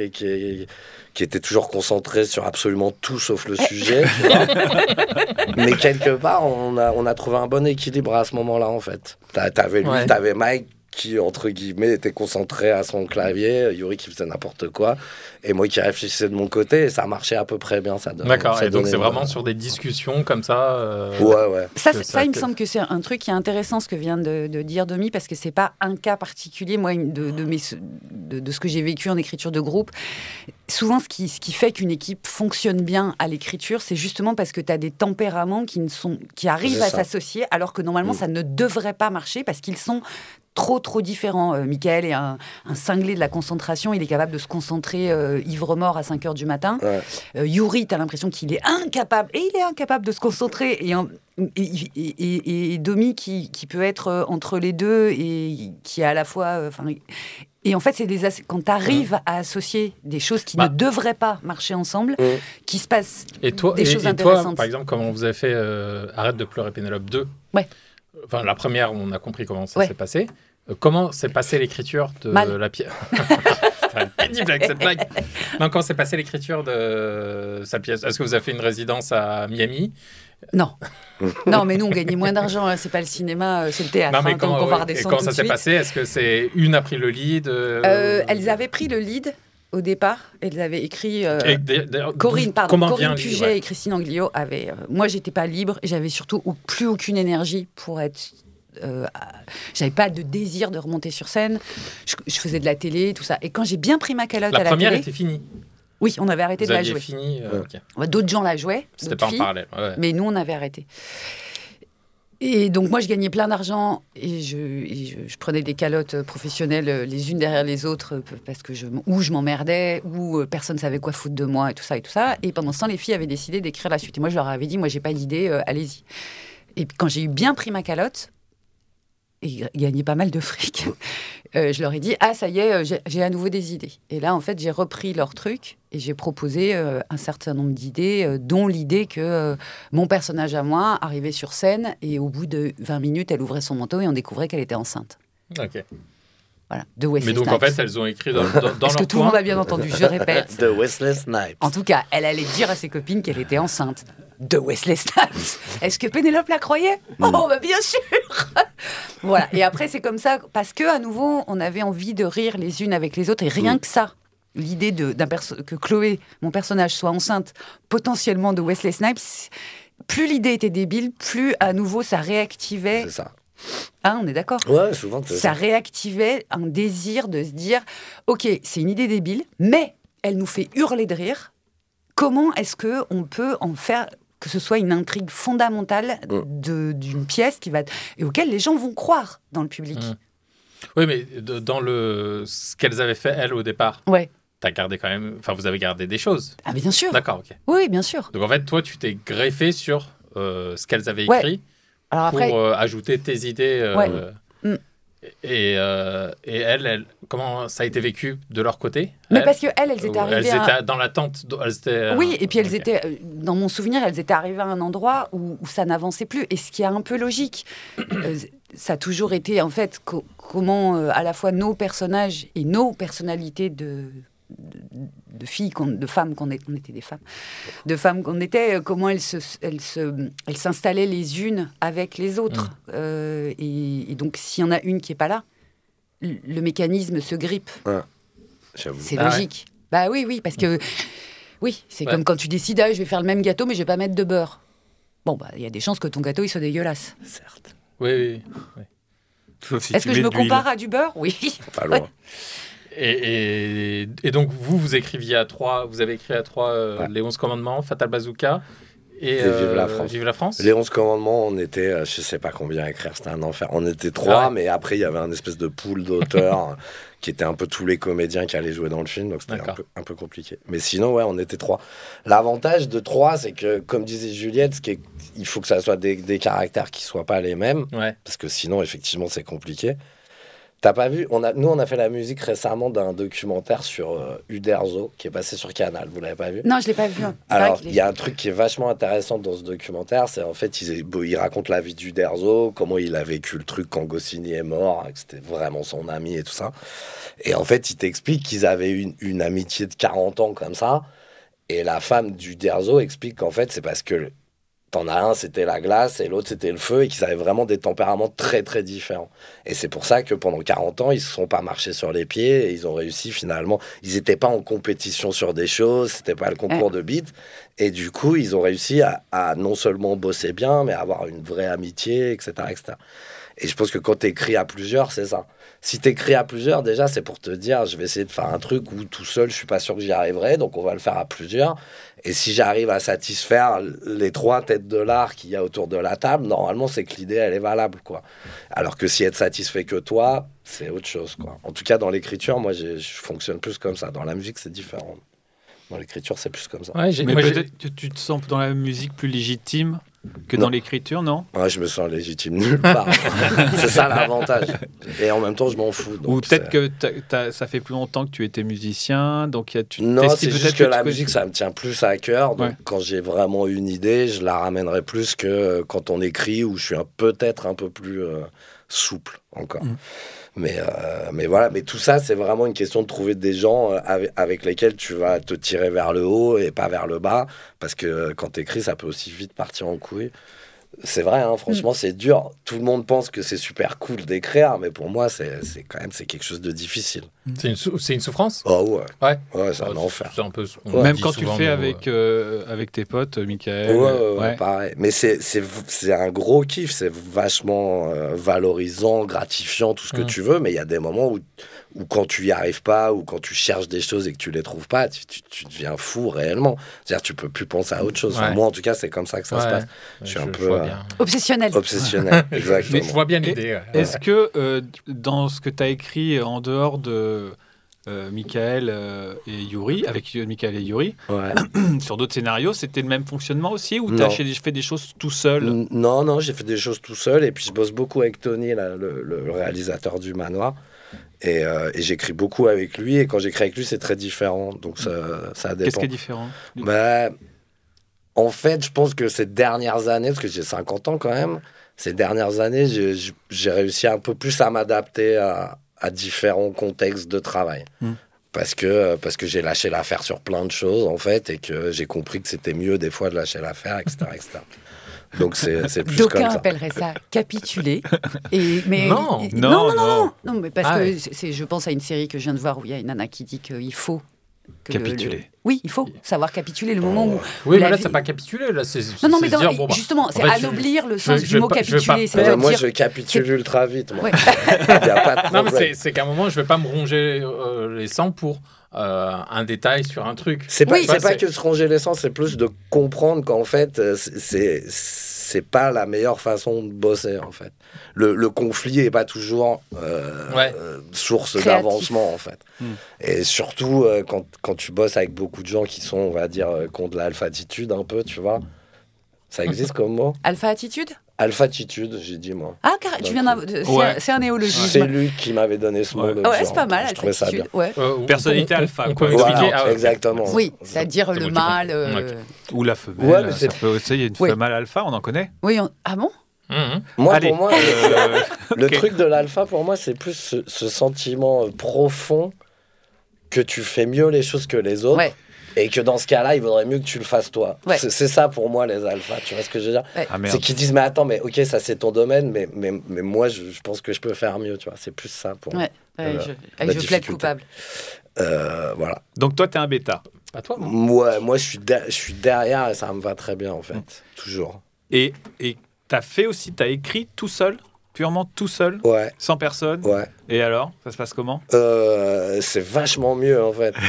qui était toujours concentré sur absolument tout sauf le sujet. Tu vois. Mais quelque part, on a trouvé un bon équilibre à ce moment-là, en fait. T'avais Mike qui, entre guillemets, était concentré à son clavier, Yuri qui faisait n'importe quoi, et moi qui réfléchissais de mon côté, et ça marchait à peu près bien. D'accord, et donc c'est vraiment sur des discussions comme ça Ouais. Ça, il me semble que c'est un truc qui est intéressant, ce que vient de dire Domi, parce que c'est pas un cas particulier, moi, de ce que j'ai vécu en écriture de groupe. Souvent, ce qui fait qu'une équipe fonctionne bien à l'écriture, c'est justement parce que tu as des tempéraments qui arrivent à s'associer, alors que normalement, ça ne devrait pas marcher, parce qu'ils sont trop différents. Michael est un cinglé de la concentration, il est capable de se concentrer ivre-mort à 5h du matin. Yuri, tu as l'impression qu'il est incapable, et il est incapable de se concentrer, et Domi qui peut être entre les deux, et qui est à la fois... Et en fait, c'est quand tu arrives à associer des choses qui ne devraient pas marcher ensemble, qui se passent des choses intéressantes. Toi, par exemple, comment vous avez fait Arrête de pleurer Pénélope 2 ? Enfin, la première, on a compris comment ça s'est passé. Comment s'est passée l'écriture de la pièce ? C'est pénible avec cette blague. Non, comment s'est passée l'écriture de sa pièce ? Est-ce que vous avez fait une résidence à Miami ? Non. Non, mais nous, on gagnait moins d'argent. Hein. C'est pas le cinéma, c'est le théâtre. Non, mais donc on va redescendre. Et comment ça s'est passé ? Est-ce que c'est une a pris le lead Elles avaient pris le lead au départ. Elles avaient écrit... Corinne Puget et Christine Anglio avaient... moi, j'étais pas libre et j'avais surtout plus aucune énergie pour être... j'avais pas de désir de remonter sur scène. Je faisais de la télé, tout ça. Et quand j'ai bien pris ma calotte à la télé... La première était finie. Oui, on avait arrêté de la jouer. Fini, D'autres gens la jouaient. C'était pas en parallèle. Ouais. Mais nous, on avait arrêté. Et donc, moi, je gagnais plein d'argent et je prenais des calottes professionnelles les unes derrière les autres parce que je m'emmerdais, ou personne ne savait quoi foutre de moi et tout ça. Et pendant ce temps, les filles avaient décidé d'écrire la suite. Et moi, je leur avais dit, moi, j'ai pas d'idée, allez-y. Et quand j'ai bien pris ma calotte, et gagné pas mal de fric, je leur ai dit, ça y est, j'ai à nouveau des idées. Et là, en fait, j'ai repris leur truc et j'ai proposé un certain nombre d'idées, dont l'idée que mon personnage à moi arrivait sur scène et au bout de 20 minutes, elle ouvrait son manteau et on découvrait qu'elle était enceinte. Ok. Voilà, de Wesley Snipes. Mais donc, en fait, elles ont écrit dans leur Est-ce que tout le monde a bien entendu ? Je répète. De Wesley Snipes. En tout cas, elle allait dire à ses copines qu'elle était enceinte de Wesley Snipes. Est-ce que Pénélope la croyait ? Oh, bien sûr. Voilà. Et après, c'est comme ça, parce que à nouveau, on avait envie de rire les unes avec les autres, et rien que ça. L'idée que Chloé, mon personnage, soit enceinte potentiellement de Wesley Snipes, plus l'idée était débile, plus à nouveau ça réactivait. C'est ça. On est d'accord ? Ouais, souvent. Ça réactivait un désir de se dire, ok, c'est une idée débile, mais elle nous fait hurler de rire. Comment est-ce qu'on peut en faire que ce soit une intrigue fondamentale d'une pièce et auquel les gens vont croire dans le public ? Oui, mais dans ce qu'elles avaient fait, elles, au départ, t'as gardé quand même... Enfin, vous avez gardé des choses. Ah, mais bien sûr. D'accord, ok. Oui, bien sûr. Donc, en fait, toi, tu t'es greffé sur ce qu'elles avaient écrit pour ajouter tes idées. Et elles, comment ça a été vécu de leur côté? Mais parce qu'elles étaient arrivées... Elles étaient dans l'attente. Oui, et puis elles étaient, dans mon souvenir, elles étaient arrivées à un endroit où ça n'avançait plus. Et ce qui est un peu logique, ça a toujours été, en fait, comment à la fois nos personnages et nos personnalités de filles, de femmes qu'on était, on était des femmes, de femmes qu'on était, comment elles s'installaient les unes avec les autres. Et donc, s'il y en a une qui n'est pas là, le mécanisme se grippe. C'est logique. Bah oui, parce que c'est comme quand tu décides, je vais faire le même gâteau, mais je vais pas mettre de beurre. Bon, il y a des chances que ton gâteau il soit dégueulasse. Certes. Oui. Sauf si Est-ce que je me compare à du beurre? Oui. Pas loin. Et donc, vous écriviez à 3, vous avez écrit à 3 les 11 commandements, Fatal Bazooka et Vive la France. Les 11 commandements, on était, je sais pas combien à écrire, c'était un enfer. On était 3, mais après, il y avait un espèce de pool d'auteurs qui étaient un peu tous les comédiens qui allaient jouer dans le film, donc c'était un peu compliqué. Mais sinon, on était 3. L'avantage de 3, c'est que, comme disait Juliette, il faut que ça soit des caractères qui soient pas les mêmes, parce que sinon, effectivement, c'est compliqué. T'as pas vu, on a fait la musique récemment d'un documentaire sur Uderzo qui est passé sur Canal. Vous l'avez pas vu? Non, je l'ai pas vu. Alors, il y a un truc qui est vachement intéressant dans ce documentaire, c'est en fait, il raconte la vie d'Uderzo, comment il a vécu le truc quand Goscinny est mort, que c'était vraiment son ami et tout ça. Et en fait, il t'explique qu'ils avaient une amitié de 40 ans comme ça. Et la femme d'Uderzo explique qu'en fait, c'est parce que t'en as un, c'était la glace, et l'autre, c'était le feu, et qu'ils avaient vraiment des tempéraments très, très différents. Et c'est pour ça que pendant 40 ans, ils ne se sont pas marchés sur les pieds, et ils ont réussi finalement. Ils n'étaient pas en compétition sur des choses, c'était pas le concours de beat. Et du coup, ils ont réussi à non seulement bosser bien, mais à avoir une vraie amitié, etc., etc. Et je pense que quand t'écris à plusieurs, c'est ça. Si t'écris à plusieurs, déjà, c'est pour te dire, je vais essayer de faire un truc où tout seul, je suis pas sûr que j'y arriverai, donc on va le faire à plusieurs. Et si j'arrive à satisfaire les 3 têtes de l'art qu'il y a autour de la table, normalement, c'est que l'idée, elle est valable, quoi. Alors que si être satisfait que toi, c'est autre chose, quoi. En tout cas, dans l'écriture, moi, je fonctionne plus comme ça. Dans la musique, c'est différent. Dans l'écriture, c'est plus comme ça. Mais peut-être que tu te sens dans la musique plus légitime que dans l'écriture, non? Ouais, je me sens légitime nulle part. C'est ça l'avantage. Et en même temps, je m'en fous. Ou peut-être que ça fait plus longtemps que tu étais musicien, donc non, c'est juste que la musique, ça me tient plus à cœur. Donc quand j'ai vraiment une idée, je la ramènerai plus que quand on écrit, où je suis peut-être un peu plus souple encore. Mais voilà, mais tout ça, c'est vraiment une question de trouver des gens avec lesquels tu vas te tirer vers le haut et pas vers le bas, parce que quand t'écris, ça peut aussi vite partir en couille. C'est vrai, hein, franchement, c'est dur. Tout le monde pense que c'est super cool d'écrire, mais pour moi, c'est quelque chose de difficile. C'est une souffrance? Oh ouais, c'est un enfer. C'est un peu, même quand tu le fais avec tes potes, Michael. Ouais, pareil. Mais c'est un gros kiff, c'est vachement valorisant, gratifiant, tout ce que tu veux, mais il y a des moments où quand tu y arrives pas, ou quand tu cherches des choses et que tu les trouves pas, tu deviens fou réellement. C'est-à-dire tu peux plus penser à autre chose. Enfin, moi, en tout cas, c'est comme ça que ça se passe. Je suis un peu obsessionnel, exactement. Mais je vois bien l'idée. Est-ce que dans ce que tu as écrit en dehors de Michael et Yuri, avec Michael et Yuri, sur d'autres scénarios, c'était le même fonctionnement aussi, ou tu as fait des choses tout seul? Non, j'ai fait des choses tout seul, et puis je bosse beaucoup avec Tony, là, le réalisateur du Manoir. Et j'écris beaucoup avec lui, et quand j'écris avec lui, c'est très différent. Donc ça dépend. Qu'est-ce qui est différent? En fait, je pense que ces dernières années, parce que j'ai 50 ans quand même, ces dernières années, j'ai réussi un peu plus à m'adapter à différents contextes de travail. Parce que j'ai lâché l'affaire sur plein de choses, en fait, et que j'ai compris que c'était mieux des fois de lâcher l'affaire, etc. Donc c'est plus d'aucuns comme ça. Appelleraient ça capituler. Non, mais parce que je pense à une série que je viens de voir où il y a une nana qui dit qu'il faut capituler. Oui, il faut savoir capituler le moment où. Oui, mais là, c'est pas capituler. Là, c'est mais justement, c'est anoblir le sens du mot capituler. Moi, je capitule ultra vite. Moi. Il y a pas de problème. Non, mais c'est qu'à un moment, je vais pas me ronger les sangs pour un détail sur un truc. C'est pas que se ronger les sangs, c'est plus de comprendre qu'en fait, c'est pas la meilleure façon de bosser, en fait. Le conflit est pas toujours source d'avancement, en fait. Et surtout, quand tu bosses avec beaucoup de gens qui sont, on va dire, qui ont de l'alpha-attitude un peu, tu vois. Ça existe comme mot? Alpha-attitude? Alphatitude, j'ai dit moi. Ah, tu viens c'est un néologisme. C'est lui qui m'avait donné ce mot. Ouais, c'est pas mal. Je trouvais ça bien. Personnalité alpha. On peut expliquer. Exactement. Oui, c'est-à-dire le mâle. Ou la femelle. Ouais, mais ça peut aussi, il y a une femelle alpha, on en connaît. Oui, ah bon? Moi, pour moi, le truc de l'alpha, pour moi, c'est plus ce sentiment profond que tu fais mieux les choses que les autres. Ouais. Et que dans ce cas-là, il vaudrait mieux que tu le fasses toi. Ouais. C'est ça pour moi, les alphas. Tu vois ce que je veux dire? Ouais. C'est qu'ils disent, mais attends, mais ok, ça c'est ton domaine, mais moi, je pense que je peux faire mieux. Tu vois, c'est plus ça pour moi. Je plaide coupable. Voilà. Donc toi, t'es un bêta. Pas toi? Ouais, moi, je suis derrière et ça me va très bien, en fait. Toujours. Et t'as écrit tout seul? Purement tout seul, sans personne. Ouais. Et alors, ça se passe comment? C'est vachement mieux en fait.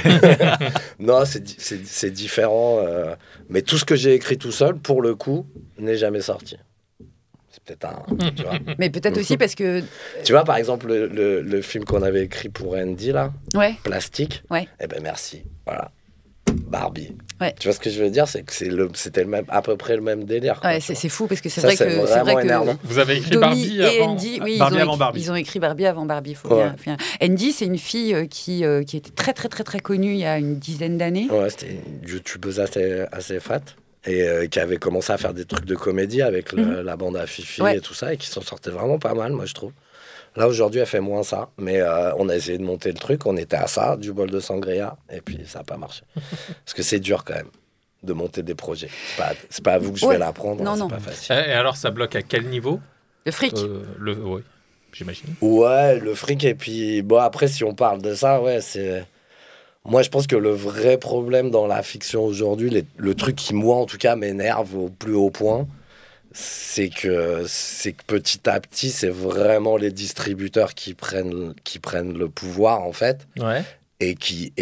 Non, c'est différent. Mais tout ce que j'ai écrit tout seul, pour le coup, n'est jamais sorti. C'est peut-être tu vois. Mais peut-être aussi parce que. Tu vois, par exemple, le film qu'on avait écrit pour Andy là, Plastique. Ouais. Eh ben merci. Voilà. Barbie. Ouais. Tu vois ce que je veux dire, c'est que c'était à peu près le même délire. Quoi, c'est fou parce que c'est vrai que vous avez écrit Domi Barbie et avant Andy, oui, ils ont écrit Barbie avant Barbie. Andy, c'est une fille qui était très très très très connue il y a une dizaine d'années. Ouais, c'était une youtubeuse assez fat et qui avait commencé à faire des trucs de comédie avec la bande à Fifi et tout ça et qui s'en sortait vraiment pas mal, moi je trouve. Là, aujourd'hui, elle fait moins ça. Mais on a essayé de monter le truc. On était à ça, du bol de sangria. Et puis, ça n'a pas marché. Parce que c'est dur, quand même, de monter des projets. C'est pas à vous que je vais l'apprendre. Non, c'est pas facile. Et alors, ça bloque à quel niveau? Le fric. Oui, j'imagine. Ouais, le fric. Et puis, bon, après, si on parle de ça, c'est... Moi, je pense que le vrai problème dans la fiction aujourd'hui, le truc qui, moi, en tout cas, m'énerve au plus haut point... C'est que petit à petit, c'est vraiment les distributeurs qui prennent le pouvoir, en fait, et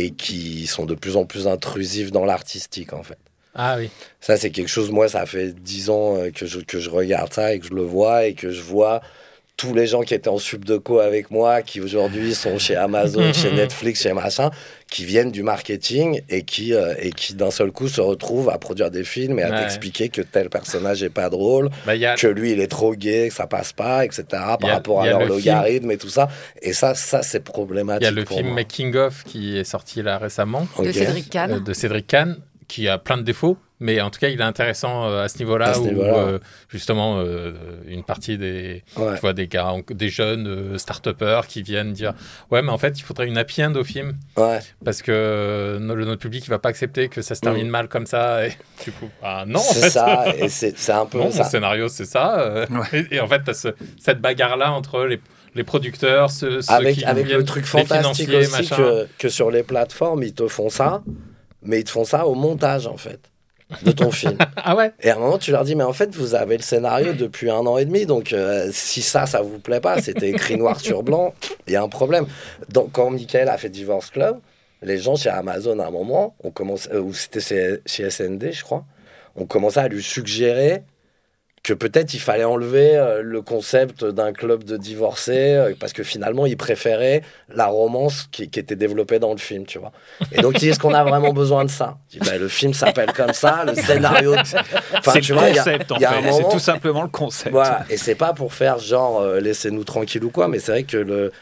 qui sont de plus en plus intrusifs dans l'artistique, en fait. Ah oui. Ça, c'est quelque chose, moi, ça fait 10 ans que je regarde ça et que je le vois, et que je vois tous les gens qui étaient en sub de co avec moi, qui aujourd'hui sont chez Amazon, chez Netflix, chez machin, qui viennent du marketing et qui d'un seul coup se retrouvent à produire des films et à t'expliquer que tel personnage est pas drôle, que lui il est trop gay, que ça passe pas, etc. par rapport à leur logarithme et tout ça. Et ça c'est problématique. Il y a le film Making of qui est sorti là récemment. De Cédric Kahn. De Cédric Kahn, qui a plein de défauts. Mais en tout cas, il est intéressant à ce niveau-là, où justement, une partie des, tu vois, des jeunes start-upers qui viennent dire « Ouais, mais en fait, il faudrait une happy end au film. Parce que notre public, il ne va pas accepter que ça se termine mal comme ça. » Et du coup, non, en fait. C'est ça, et c'est un peu non, ça. Mon scénario, c'est ça. Et en fait, tu as cette bagarre-là entre les producteurs, ceux avec qui le truc fantastique aussi que sur les plateformes, ils te font ça, mais ils te font ça au montage, en fait, de ton film. Ah ouais. Et à un moment, tu leur dis, mais en fait, vous avez le scénario depuis 1 an et demi, donc si ça vous plaît pas, c'était écrit noir sur blanc, il y a un problème. Donc, quand Michael a fait Divorce Club, les gens chez Amazon, à un moment, ou c'était chez SND, je crois, on commençait à lui suggérer que peut-être il fallait enlever le concept d'un club de divorcés, parce que finalement, il préférait la romance qui était développée dans le film, tu vois. Et donc, est-ce qu'on a vraiment besoin de ça? Le film s'appelle comme ça, le scénario... Enfin, c'est le concept, en fait. C'est tout simplement le concept. Voilà, et c'est pas pour faire genre, laissez-nous tranquille ou quoi, mais c'est vrai que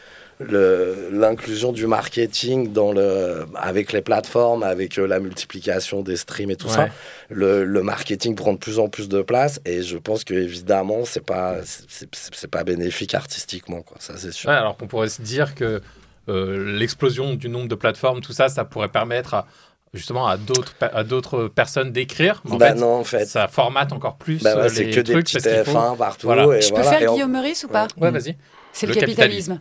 l'inclusion du marketing avec les plateformes, avec la multiplication des streams et tout ça, le marketing prend de plus en plus de place, et je pense que évidemment c'est pas bénéfique artistiquement, quoi. Ça c'est sûr. Ouais, alors qu'on pourrait se dire que l'explosion du nombre de plateformes, tout ça pourrait permettre justement à d'autres personnes d'écrire. En fait, ça formate encore plus c'est les que trucs. Des petits TF1 partout. Voilà. Et je peux faire Guillaume Meurice ou pas? Ouais, vas-y. C'est le capitalisme.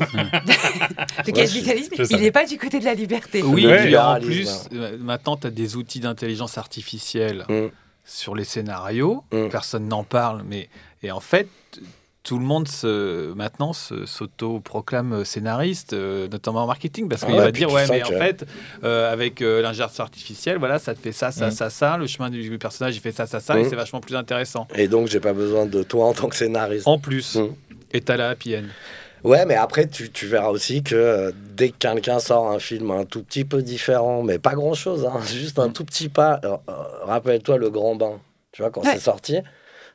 Le capitalisme, il n'est pas du côté de la liberté. Oui, et en plus, maintenant, tu as des outils d'intelligence artificielle sur les scénarios. Personne n'en parle, et en fait, tout le monde maintenant s'auto-proclame scénariste, notamment en marketing, parce qu'il va dire en fait, avec l'intelligence artificielle, voilà, ça te fait ça, le chemin du personnage, il fait ça, et c'est vachement plus intéressant. Et donc, j'ai pas besoin de toi en tant que scénariste. En plus. Et t'as la happy end. Ouais, mais après, tu verras aussi que dès que quelqu'un sort un film un tout petit peu différent, mais pas grand-chose, juste un tout petit pas... rappelle-toi Le Grand Bain, tu vois, quand c'est sorti,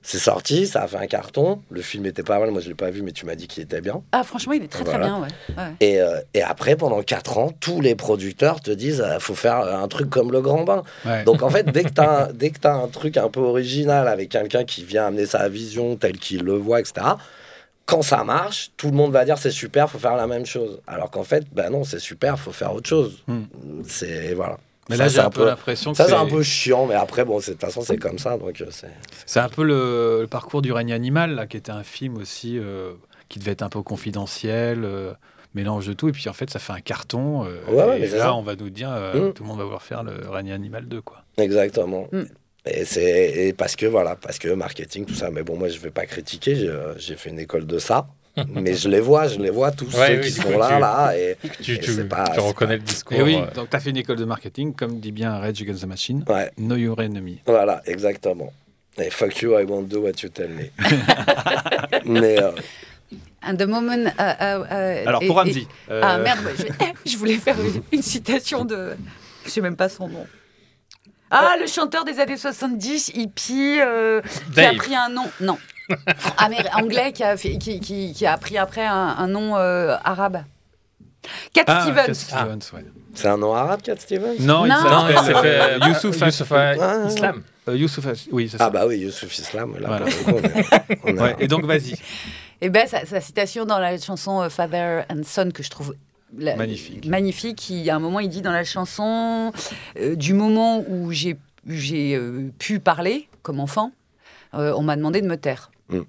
C'est sorti, ça a fait un carton. Le film était pas mal, moi je l'ai pas vu, mais tu m'as dit qu'il était bien. Ah, franchement, il est très très bien, ouais. Et après, pendant 4 ans, tous les producteurs te disent faut faire un truc comme Le Grand Bain. Ouais. Donc en fait, dès que t'as un truc un peu original avec quelqu'un qui vient amener sa vision telle qu'il le voit, etc., quand ça marche, tout le monde va dire c'est super, faut faire la même chose. Alors qu'en fait, non, c'est super, faut faire autre chose. C'est voilà. Mais là, j'ai un peu l'impression que c'est un peu chiant, mais après, bon, de toute façon, c'est comme ça. Donc, c'est un peu le parcours du règne animal, là, qui était un film aussi qui devait être un peu confidentiel, mélange de tout. Et puis, en fait, ça fait un carton. Et là, on va nous dire, tout le monde va vouloir faire le règne animal 2, quoi. Exactement. Et parce que marketing, tout ça. Mais bon, moi, je ne vais pas critiquer. J'ai fait une école de ça. Mais je les vois tous ceux qui sont là et tu reconnais le discours. Et oui, donc tu as fait une école de marketing, comme dit bien Rage Against the Machine. Know your enemy. Voilà, exactement. Et fuck you, I won't do what you tell me. Mais And the moment. Alors pour Andy. Ah merde, je voulais faire une citation de. Je sais même pas son nom. Ah, le chanteur des années 70, hippie, qui a pris un nom. Non. Anglais qui a pris après un nom arabe. Cat Stevens. Cat Stevens, ouais. C'est un nom arabe, Cat Stevens? Non, il s'appelle Youssouf Islam. Youssouf, oui, c'est ça. Ah bah oui, Youssouf Islam. Là, voilà. Ouais, et donc, vas-y. Et sa citation dans la chanson Father and Son, que je trouve magnifique. À un moment, il dit dans la chanson, du moment où j'ai pu parler comme enfant, on m'a demandé de me taire.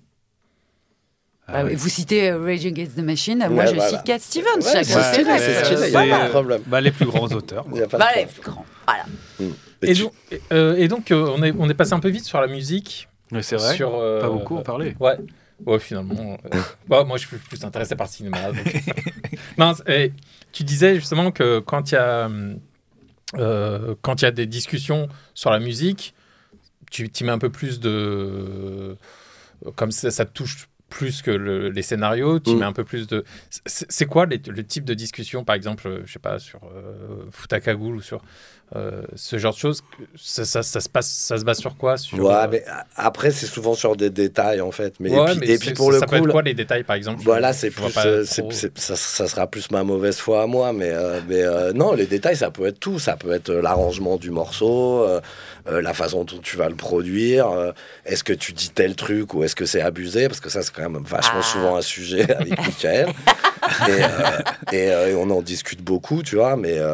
Vous citez Rage Against the Machine, moi je cite Cat Stevens. C'est stylé, il n'y a pas de problème. Les plus grands auteurs. Les plus grands, voilà. Et donc, on est passé un peu vite sur la musique. Mais c'est vrai, pas beaucoup en parler. Ouais, finalement. Moi, je suis plus intéressé par le cinéma. Non, tu disais justement que quand il y a des discussions sur la musique, tu y mets un peu plus de... Comme ça te touche plus que les scénarios, tu mets un peu plus de... C'est quoi le type de discussion, par exemple, je sais pas, sur Futakagoul ou sur ce genre de choses, ça se base sur quoi mais après, c'est souvent sur des détails, en fait. Mais puis pour le coup... Ça peut être quoi, les détails, par exemple? Voilà, c'est plus... ça sera plus ma mauvaise foi à moi, mais non, les détails, ça peut être tout. Ça peut être l'arrangement du morceau, la façon dont tu vas le produire, est-ce que tu dis tel truc ou est-ce que c'est abusé? Parce que ça, c'est quand même vachement souvent un sujet avec Michael. et on en discute beaucoup, tu vois, mais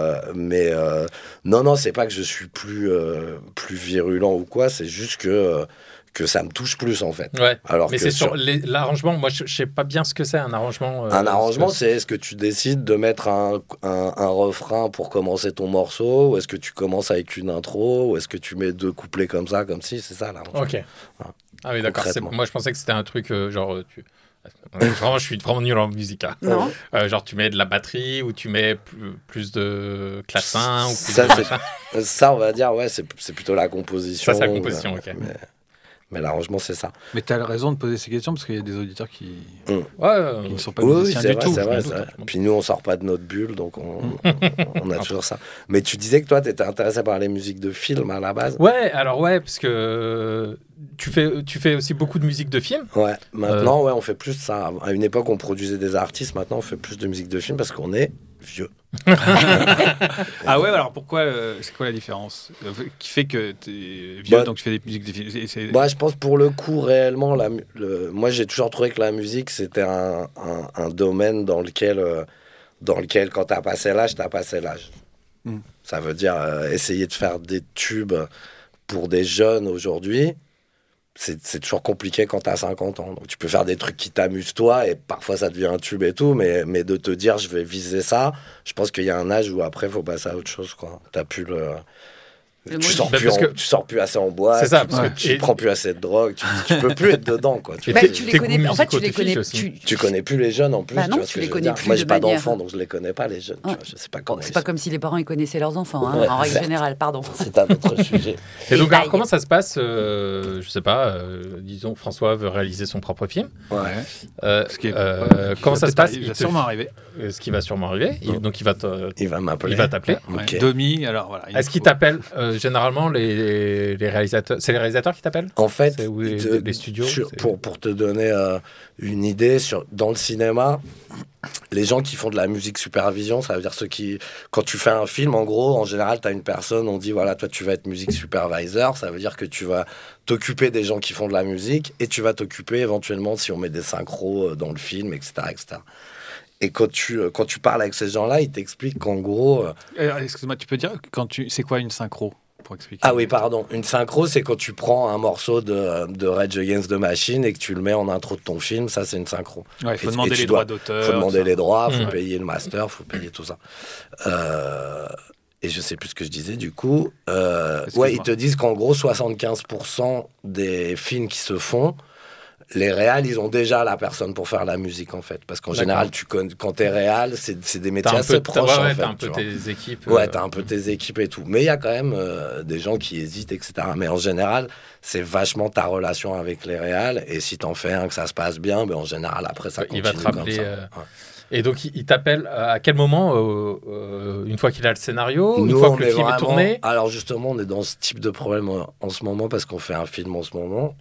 non, c'est pas que je suis plus virulent ou quoi, c'est juste que ça me touche plus, en fait. Ouais. Alors mais c'est sur l'arrangement, moi je sais pas bien ce que c'est un arrangement. Un arrangement, c'est est-ce que tu décides de mettre un refrain pour commencer ton morceau, ou est-ce que tu commences avec une intro, ou est-ce que tu mets 2 couplets comme ça, comme si, c'est ça l'arrangement. Ok. Voilà. Ah oui, d'accord. Moi je pensais que c'était un truc Vraiment, je suis vraiment nul en musique. Hein. Non. Genre, tu mets de la batterie ou tu mets plus de clavecin ou plus ça, on va dire, c'est plutôt la composition. Ça, c'est la composition, ok. Mais l'arrangement, c'est ça. Mais tu as raison de poser ces questions parce qu'il y a des auditeurs qui ne sont pas musiciens du tout. C'est vrai. Puis nous, on sort pas de notre bulle, donc on a toujours ça. Mais tu disais que toi, tu étais intéressé par les musiques de films à la base. Ouais, parce que tu fais aussi beaucoup de musique de films. Ouais, maintenant, on fait plus ça. À une époque, on produisait des artistes. Maintenant, on fait plus de musique de films parce qu'on est vieux. Ah ouais, alors pourquoi c'est quoi la différence qui fait que t'es vieux donc tu fais des musiques de films? Je pense pour le coup réellement moi j'ai toujours trouvé que la musique c'était un domaine dans lequel quand t'as passé l'âge. Ça veut dire essayer de faire des tubes pour des jeunes aujourd'hui. C'est toujours compliqué quand t'as 50 ans. Donc tu peux faire des trucs qui t'amusent toi et parfois ça devient un tube et tout, mais de te dire je vais viser ça, je pense qu'il y a un âge où après il faut passer à autre chose, quoi. T'as plus tu sors plus assez en boîte, c'est ça, tu prends plus assez de drogue, tu peux plus être dedans, quoi. Tu les connais, en fait, tu les connais. Tu connais plus les jeunes en plus. Non, tu les connais plus. Moi, j'ai pas d'enfants, donc je les connais pas les jeunes. Je sais pas comment. C'est pas comme si les parents ils connaissaient leurs enfants, en règle générale. Pardon. C'est un autre sujet. Et donc, alors, comment ça se passe je sais pas. Disons, François veut réaliser son propre film. Ouais. Comment ça se passe? Il va sûrement arriver. Ce qui va sûrement arriver. Donc, il va m'appeler. Il va t'appeler. Domi, alors voilà. Est-ce qu'il t'appelle généralement, les réalisateurs... C'est les réalisateurs qui t'appellent ? En fait, les studios pour te donner une idée, dans le cinéma, les gens qui font de la musique supervision, ça veut dire ceux qui... Quand tu fais un film, en gros, en général, tu as une personne, on dit, voilà, toi, tu vas être music supervisor, ça veut dire que tu vas t'occuper des gens qui font de la musique et tu vas t'occuper éventuellement si on met des synchros dans le film, etc., etc. Et quand tu parles avec ces gens-là, ils t'expliquent qu'en gros... Excuse-moi, tu peux dire, c'est quoi une synchro pour expliquer? Ah oui, pardon. Une synchro, c'est quand tu prends un morceau de Rage Against the Machine et que tu le mets en intro de ton film, ça c'est une synchro. Ouais, il faut demander les droits d'auteur. Il faut demander les droits, il faut payer le master, il faut payer tout ça. Et je sais plus ce que je disais du coup. Ils te disent qu'en gros, 75% des films qui se font, les réals, ils ont déjà la personne pour faire la musique, en fait. Parce qu'en général, quand t'es réal, c'est des métiers assez proches, en fait. T'as un peu tes équipes. T'as un peu tes équipes et tout. Mais il y a quand même des gens qui hésitent, etc. Mais en général, c'est vachement ta relation avec les réals. Et si t'en fais un, que ça se passe bien, en général, après, ça continue. Il va te rappeler... Et donc, il t'appelle à quel moment une fois qu'il a le scénario, une fois que le film est tourné? Alors justement, on est dans ce type de problème en ce moment parce qu'on fait un film en ce moment.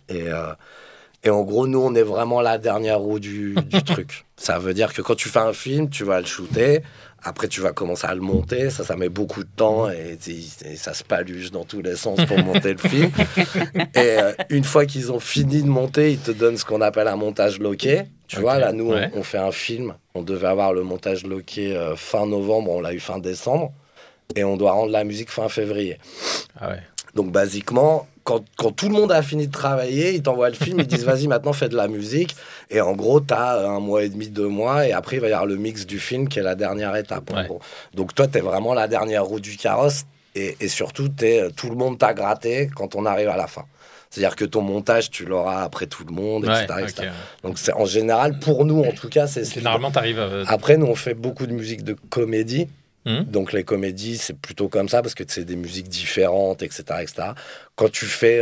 Et en gros, nous, on est vraiment la dernière roue du truc. Ça veut dire que quand tu fais un film, tu vas le shooter. Après, tu vas commencer à le monter. Ça met beaucoup de temps et ça se paluche dans tous les sens pour monter le film. Et une fois qu'ils ont fini de monter, ils te donnent ce qu'on appelle un montage loqué. Tu vois, là, nous, on fait un film. On devait avoir le montage loqué fin novembre. On l'a eu fin décembre. Et on doit rendre la musique fin février. Ah ouais. Donc, basiquement... Quand tout le monde a fini de travailler, ils t'envoient le film, ils disent vas-y maintenant fais de la musique et en gros t'as 1 mois et demi, 2 mois et après il va y avoir le mix du film qui est la dernière étape. En gros. Donc toi t'es vraiment la dernière roue du carrosse et surtout tout le monde t'a gratté quand on arrive à la fin. C'est-à-dire que ton montage tu l'auras après tout le monde, etc. Okay. Donc c'est en général pour nous en tout cas c'est généralement t'arrives. Après nous on fait beaucoup de musique de comédie. Donc les comédies c'est plutôt comme ça parce que c'est des musiques différentes, etc. Quand tu fais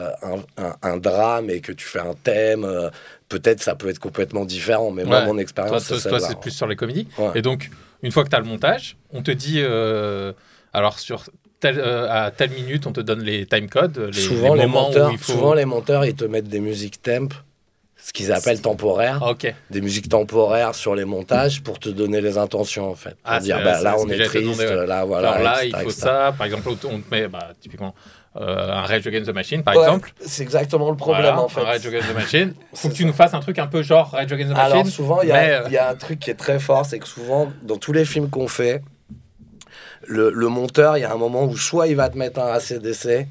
un drame et que tu fais un thème, peut-être ça peut être complètement différent, mais moi mon expérience toi c'est plus sur les comédies. Et donc une fois que tu as le montage, on te dit alors sur à telle minute on te donne les timecodes, souvent les monteurs ils te mettent des musiques temp, ce qu'ils appellent temporaires, des musiques temporaires sur les montages pour te donner les intentions en fait. Pour dire là on est triste, là voilà. Alors là il faut ça, par exemple on te met typiquement un Rage Against the Machine par exemple. C'est exactement le problème en fait. Un Rage Against the Machine. Faut que tu nous fasses un truc un peu genre Rage Against the Machine. Alors souvent il y a un truc qui est très fort, c'est que souvent dans tous les films qu'on fait, le monteur, il y a un moment où soit il va te mettre un AC/DC,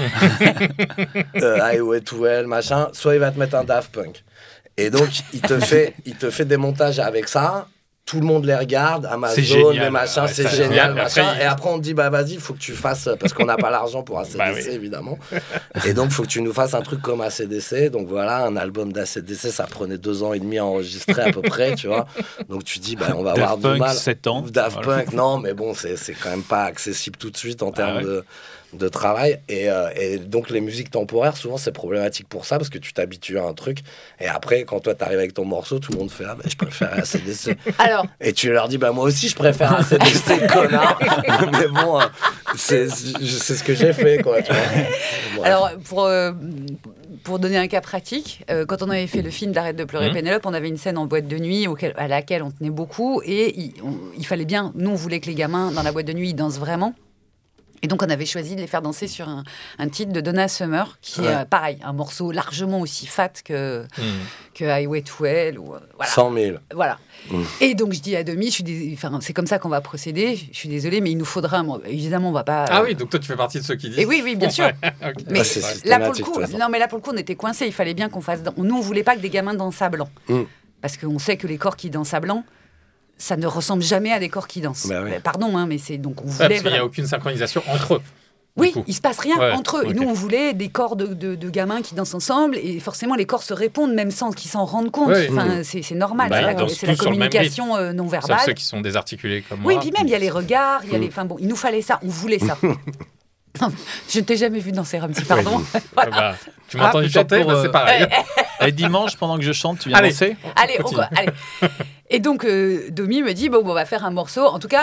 Highway to Hell, machin, soit il va te mettre un Daft Punk. Et donc, il te fait des montages avec ça. Tout le monde les regarde, Amazon, les machins, c'est génial, machin. Et après, on te dit, vas-y, il faut que tu fasses, parce qu'on n'a pas l'argent pour AC/DC, évidemment. Et donc, il faut que tu nous fasses un truc comme AC/DC. Donc voilà, un album d'AC/DC, ça prenait 2 ans et demi à enregistrer à peu près, tu vois. Donc tu dis, on va avoir du mal. 7 ans. Daft Punk, non, mais bon, c'est quand même pas accessible tout de suite en termes de travail. Et donc, les musiques temporaires, souvent, c'est problématique pour ça, parce que tu t'habitues à un truc. Et après, quand toi, t'arrives avec ton morceau, tout le monde fait, je préfère AC/DC. Alors... Et tu leur dis, moi aussi, je préfère AC/DC, connard. Mais bon, c'est ce que j'ai fait, quoi. Tu vois. Alors, pour donner un cas pratique, quand on avait fait le film d'Arrête de pleurer Pénélope, on avait une scène en boîte de nuit à laquelle on tenait beaucoup. Et il fallait bien, nous, on voulait que les gamins, dans la boîte de nuit, ils dansent vraiment. Et donc, on avait choisi de les faire danser sur un titre de Donna Summer, qui est pareil, un morceau largement aussi fat que Highway to Hell. Ou, voilà. 100 000. Voilà. Et donc, je dis à Demi, c'est comme ça qu'on va procéder. Je suis désolée, mais il nous faudra... évidemment, on va pas... Ah oui, donc toi, tu fais partie de ceux qui disent... Et oui, bien sûr. Mais là, pour le coup, on était coincés. Il fallait bien qu'on fasse... Nous, on voulait pas que des gamins dansent à blanc. Parce qu'on sait que les corps qui dansent à blanc, ça ne ressemble jamais à des corps qui dansent. Pardon, mais c'est donc on voulait. Parce qu'il n'y a aucune synchronisation entre eux. Oui, il se passe rien entre eux. Okay. Et nous, on voulait des corps de gamins qui dansent ensemble, et forcément, les corps se répondent même sans qu'ils s'en rendent compte. Enfin, c'est normal. C'est la communication non verbale. Sauf ceux qui sont désarticulés comme moi. Oui, puis même il y a les regards, il y a les. Enfin bon, il nous fallait ça. On voulait ça. Non, je ne t'ai jamais vu danser, Ramsey, pardon. Voilà. Tu m'as entendu chanter, c'est pareil. Et dimanche, pendant que je chante, tu viens danser. Allez. Et donc, Domi me dit, on va faire un morceau. En tout cas,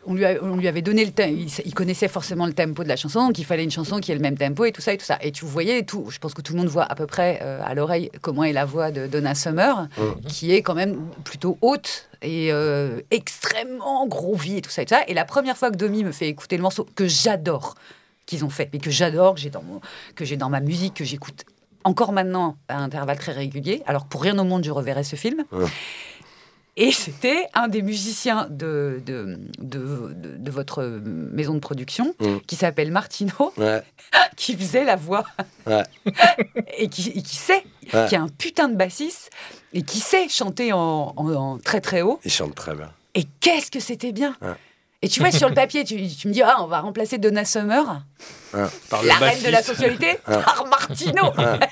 on lui avait donné le tempo. Il connaissait forcément le tempo de la chanson, donc il fallait une chanson qui ait le même tempo et tout ça et tout ça. Et tu voyais tout. Je pense que tout le monde voit à peu près à l'oreille comment est la voix de Donna Summer, qui est quand même plutôt haute et extrêmement groovy et tout ça et tout ça. Et la première fois que Domi me fait écouter le morceau que j'adore, qu'ils ont fait, mais que j'adore, que j'ai dans ma musique, que j'écoute encore maintenant à intervalles très réguliers. Alors pour rien au monde, je reverrai ce film. Et c'était un des musiciens de votre maison de production qui s'appelle Martino, qui faisait la voix et qui sait, qui est un putain de bassiste et qui sait chanter en très très haut. Il chante très bien. Et qu'est-ce que c'était bien. Et tu vois, sur le papier, tu me dis, on va remplacer Donna Summer, par la reine de la sensualité, par Martino.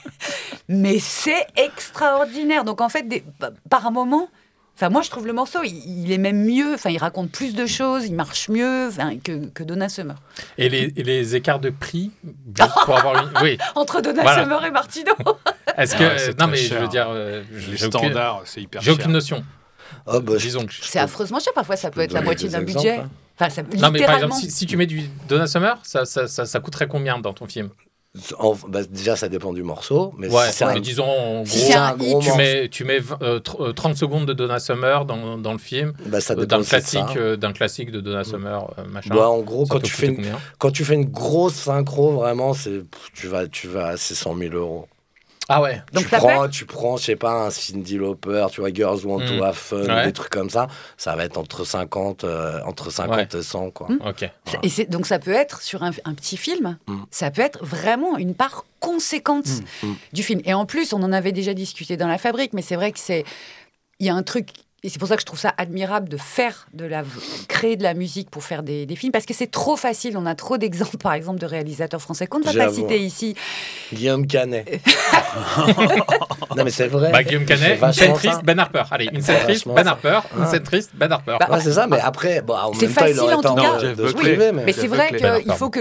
Mais c'est extraordinaire. Donc en fait, par un moment... Enfin, moi, je trouve le morceau, il est même mieux. Enfin, il raconte plus de choses, il marche mieux que Donna Summer. Et les écarts de prix juste pour avoir une... Entre Donna Summer et Martino. Est-ce que non mais cher. Je veux dire, les standards, c'est hyper cher. J'ai aucune notion. Disons que c'est affreusement cher. Parfois, ça peut être la moitié d'un budget. Enfin, non, mais par exemple, si tu mets du Donna Summer, ça coûterait combien dans ton film? Déjà, ça dépend du morceau. Mais mais disons, en gros, tu mets 30 secondes de Donna Summer dans le film, ça dépend d'un classique de Donna Summer, machin. En gros, quand tu fais une grosse synchro, vraiment, c'est 100 000 €. Ah ouais. Donc tu prends, je sais pas, un Cyndi Lauper, tu vois, Girls Want to Have Fun, des trucs comme ça. Ça va être entre 50 et 100, quoi. Ok. Et donc ça peut être sur un petit film, ça peut être vraiment une part conséquente du film. Et en plus, on en avait déjà discuté dans La Fabrique, mais c'est vrai que il y a un truc. Et c'est pour ça que je trouve ça admirable de créer de la musique pour faire des films, parce que c'est trop facile. On a trop d'exemples, par exemple, de réalisateurs français qu'on ne va pas citer ici. Guillaume Canet. Non, mais c'est vrai. Guillaume Canet, une scène triste, Ben Harper. Allez, une scène triste, Ben Harper. Une scène triste, Ben Harper. C'est ça, mais après, en c'est même temps, il aurait en tout cas. Mais c'est vrai qu'il faut que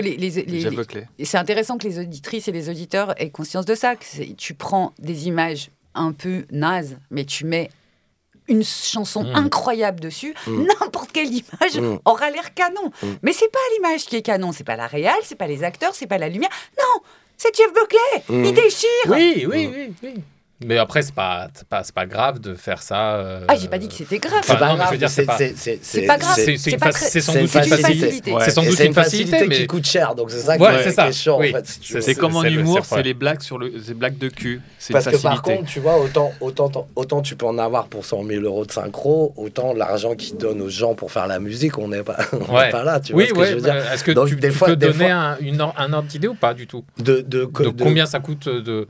c'est intéressant que les auditrices et les auditeurs aient conscience de ça. Tu prends des images un peu nazes, mais tu mets une chanson incroyable dessus, n'importe quelle image aura l'air canon. Mais c'est pas l'image qui est canon, c'est pas la réal, c'est pas les acteurs, c'est pas la lumière. Non, c'est Jeff Buckley, il déchire. Oui. Mais après, c'est pas grave de faire ça. J'ai pas dit que c'était grave. C'est pas grave. Je veux dire, c'est pas grave. C'est sans doute une facilité. C'est sans doute une facilité, mais qui coûte cher. Donc c'est ça qui est chiant. En fait, c'est comme en humour, c'est les blagues les blagues de cul. C'est parce une que facilité. par contre, tu vois, autant tu peux en avoir pour 100 000 € de synchro, autant l'argent qu'ils donnent aux gens pour faire la musique, on n'est pas là. Tu vois ce que je veux dire. Est-ce que tu peux donner un ordre d'idée ou pas du tout de combien ça coûte de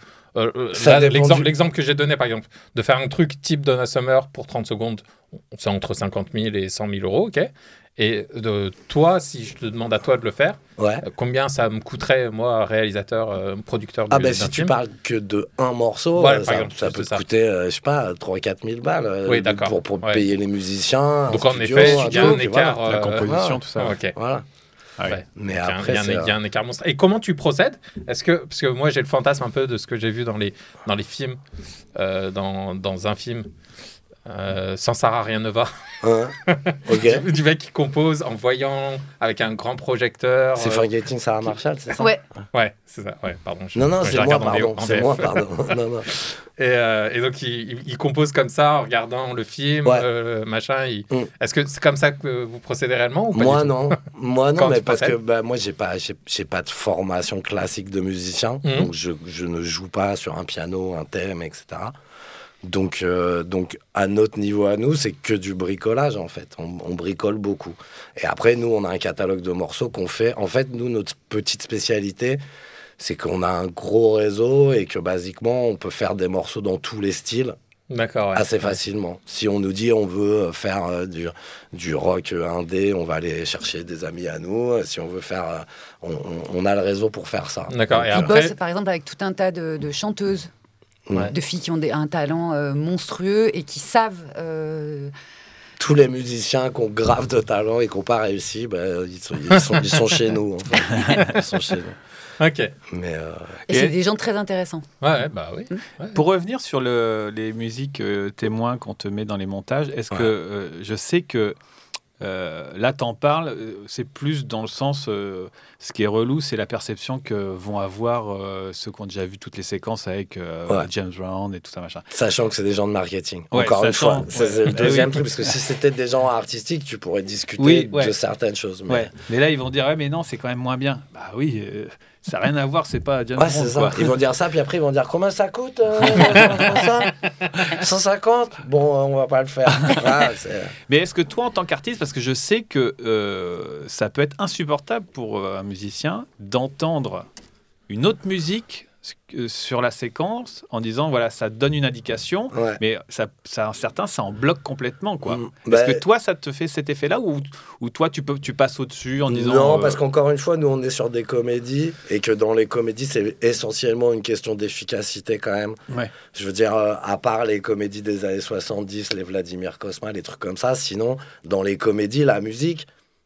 l'exemple que j'ai donné, par exemple, de faire un truc type Donna Summer pour 30 secondes, c'est entre 50 000 et 100 000 €, ok. Et toi, si je te demande à toi de le faire, combien ça me coûterait, moi, réalisateur, producteur d'un film? Si tu parles que de un morceau, ça peut te coûter, je sais pas, 3-4 000 balles pour payer les musiciens. Donc en effet, il y a un écart. La composition, tout ça. Ok. Voilà. Mais après, il y a un écart monstre. Et comment tu procèdes? Parce que moi, j'ai le fantasme un peu de ce que j'ai vu dans les films, dans un film. Sans Sarah, rien ne va. Du mec qui compose en voyant avec un grand projecteur. C'est Forgetting Sarah Marshall, c'est ça? Ouais, c'est ça. Ouais, pardon. C'est moi, pardon. Non. Et donc il compose comme ça en regardant le film, machin. Est-ce que c'est comme ça que vous procédez réellement ou pas? Moi non, mais parce que moi j'ai pas de formation classique de musicien, donc je ne joue pas sur un piano, un thème, etc. Donc à notre niveau à nous, c'est que du bricolage en fait. On bricole beaucoup. Et après nous, on a un catalogue de morceaux qu'on fait. En fait, nous, notre petite spécialité, c'est qu'on a un gros réseau et que basiquement, on peut faire des morceaux dans tous les styles. D'accord, assez facilement. Si on nous dit on veut faire du rock indé, on va aller chercher des amis à nous. Si on veut faire, on a le réseau pour faire ça. D'accord. Et après, bosse par exemple avec tout un tas de chanteuses. De filles qui ont un talent monstrueux et qui savent... Tous les musiciens qui ont grave de talent et qui n'ont pas réussi, ils sont chez nous. En fait. Ils sont chez nous. Ok. Mais et c'est des gens très intéressants. Ouais, bah oui. Pour revenir sur les musiques témoins qu'on te met dans les montages, est-ce que je sais que Là, t'en parles, c'est plus dans le sens, ce qui est relou, c'est la perception que vont avoir ceux qui ont déjà vu toutes les séquences avec James Brown et tout ça, machin. Sachant que c'est des gens de marketing. Encore une fois, c'est le deuxième truc, parce que si c'était des gens artistiques, tu pourrais discuter de certaines choses. Mais là, ils vont dire, mais non, c'est quand même moins bien. Bah oui, ça n'a rien à voir, c'est pas James Brown. C'est ça. Quoi. Ils vont dire ça, puis après, ils vont dire, combien ça coûte 150 Bon, on va pas le faire. Mais est-ce que toi, en tant qu'artiste, parce que je sais que ça peut être insupportable pour un musicien d'entendre une autre musique sur la séquence en disant voilà, ça donne une indication, mais certains ça en bloque complètement, quoi. Est-ce que toi ça te fait cet effet-là ou toi tu passes au-dessus en disant non, parce qu'encore une fois nous on est sur des comédies et que dans les comédies c'est essentiellement une question d'efficacité quand même. Je veux dire à part les comédies des années 70, les Vladimir Cosma, les trucs comme ça, sinon dans les comédies la musique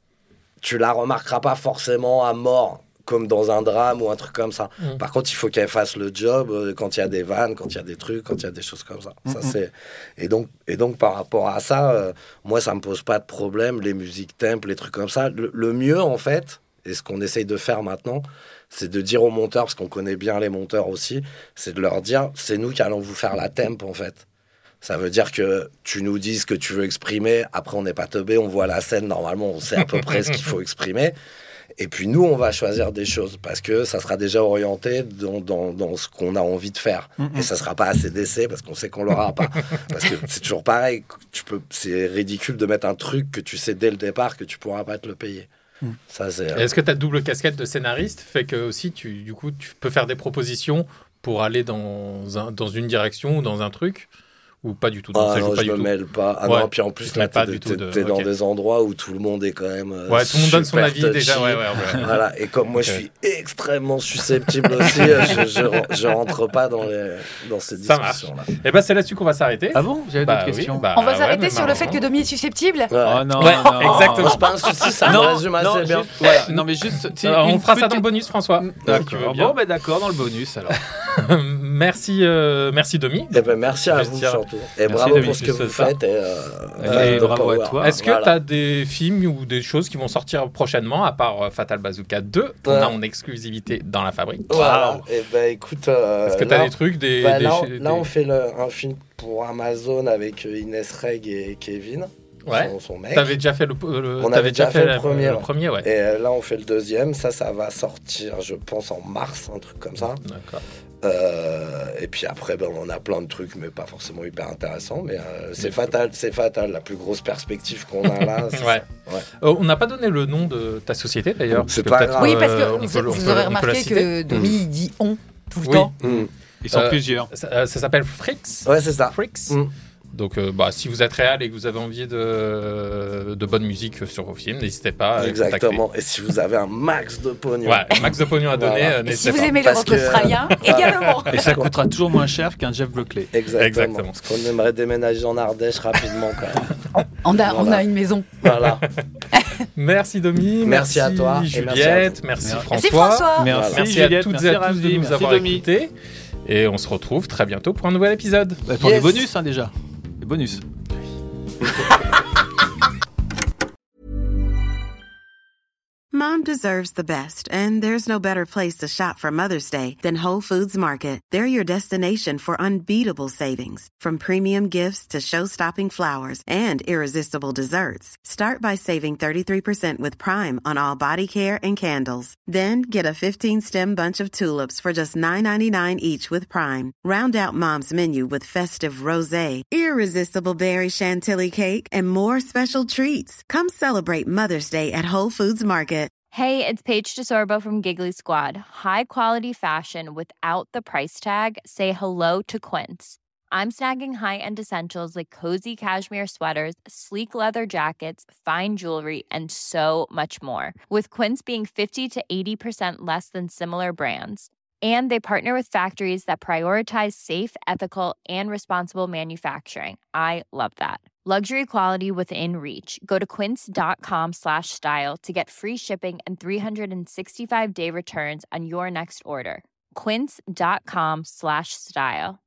tu la remarqueras pas forcément à mort comme dans un drame ou un truc comme ça. Par contre, il faut qu'elle fasse le job quand il y a des vannes, quand il y a des trucs, quand il y a des choses comme ça. Et donc, par rapport à ça, moi, ça me pose pas de problème, les musiques temp, les trucs comme ça. Le mieux, en fait, et ce qu'on essaye de faire maintenant, c'est de dire aux monteurs, parce qu'on connaît bien les monteurs aussi, c'est de leur dire, c'est nous qui allons vous faire la temp, en fait. Ça veut dire que tu nous dis ce que tu veux exprimer, après on n'est pas teubé, on voit la scène, normalement, on sait à peu près ce qu'il faut exprimer. Et puis nous, on va choisir des choses parce que ça sera déjà orienté dans ce qu'on a envie de faire. Et ça sera pas assez d'essais parce qu'on sait qu'on l'aura pas. Parce que c'est toujours pareil. C'est ridicule de mettre un truc que tu sais dès le départ que tu pourras pas te le payer. Ça, Est-ce que ta double casquette de scénariste fait que aussi tu peux faire des propositions pour aller dans une direction ou dans un truc? Ou pas du tout? Non, je me mêle pas. Non, puis en plus, là, t'es dans des endroits où tout le monde est quand même. Tout le monde donne son avis touchy. Déjà. Voilà. Et comme moi, je suis extrêmement susceptible aussi, je rentre pas dans ces discussions-là. Et ben, c'est là-dessus qu'on va s'arrêter. Ah bon? J'avais d'autres questions. On va s'arrêter sur le fait que Domi est susceptible. Oh non, exactement. C'est pas un souci, ça me résume assez bien. Non, mais juste. On fera ça dans le bonus, François. D'accord. Bon, d'accord, dans le bonus alors. Merci Domi. Et ben merci à vous surtout. Et bravo pour ce que vous faites. Et bravo à toi. Est-ce que tu as des films ou des choses qui vont sortir prochainement, à part Fatal Bazooka 2, qu'on a en exclusivité dans la fabrique? Voilà. Et ben écoute. Est-ce que tu as des trucs Là, on fait un film pour Amazon avec Inès Reg et Kevin. Son mec. T'avais déjà fait On avait déjà fait le premier. Ouais. Et là, on fait le deuxième. Ça va sortir, je pense, en mars, un truc comme ça. D'accord. Et puis après, on a plein de trucs, mais pas forcément hyper intéressants. Mais c'est fatal. La plus grosse perspective qu'on a là. On n'a pas donné le nom de ta société, d'ailleurs. C'est pas grave. Oui, parce que vous aurez remarqué que Domi, il dit « on » tout le temps. Ils sont plusieurs. Ça s'appelle Frix. Ouais, c'est ça. Frix. Donc, si vous êtes réel et que vous avez envie de bonne musique sur vos films, n'hésitez pas à Exactement. Et si vous avez un max de pognon. Max de pognon à donner, n'hésitez pas. Et si vous aimez le rock australien, également. Et ça coûtera toujours moins cher qu'un Jeff Buckley. Exactement. Parce qu'on aimerait déménager en Ardèche rapidement quand même. On a une maison. Voilà. Merci Domi. Merci à toi. Juliette. Merci François. Merci à toutes et à tous de nous avoir écoutés. Et on se retrouve très bientôt pour un nouvel épisode. Pour les bonus, déjà. Les bonus. Mom deserves the best, and there's no better place to shop for Mother's Day than Whole Foods Market. They're your destination for unbeatable savings, from premium gifts to show-stopping flowers and irresistible desserts. Start by saving 33% with Prime on all body care and candles. Then get a 15-stem bunch of tulips for just $9.99 each with Prime. Round out Mom's menu with festive rosé, irresistible berry chantilly cake, and more special treats. Come celebrate Mother's Day at Whole Foods Market. Hey, it's Paige DeSorbo from Giggly Squad. High quality fashion without the price tag. Say hello to Quince. I'm snagging high-end essentials like cozy cashmere sweaters, sleek leather jackets, fine jewelry, and so much more. With Quince being 50 to 80% less than similar brands. And they partner with factories that prioritize safe, ethical, and responsible manufacturing. I love that. Luxury quality within reach. Go to quince.com/style to get free shipping and 365-day returns on your next order. Quince.com/style.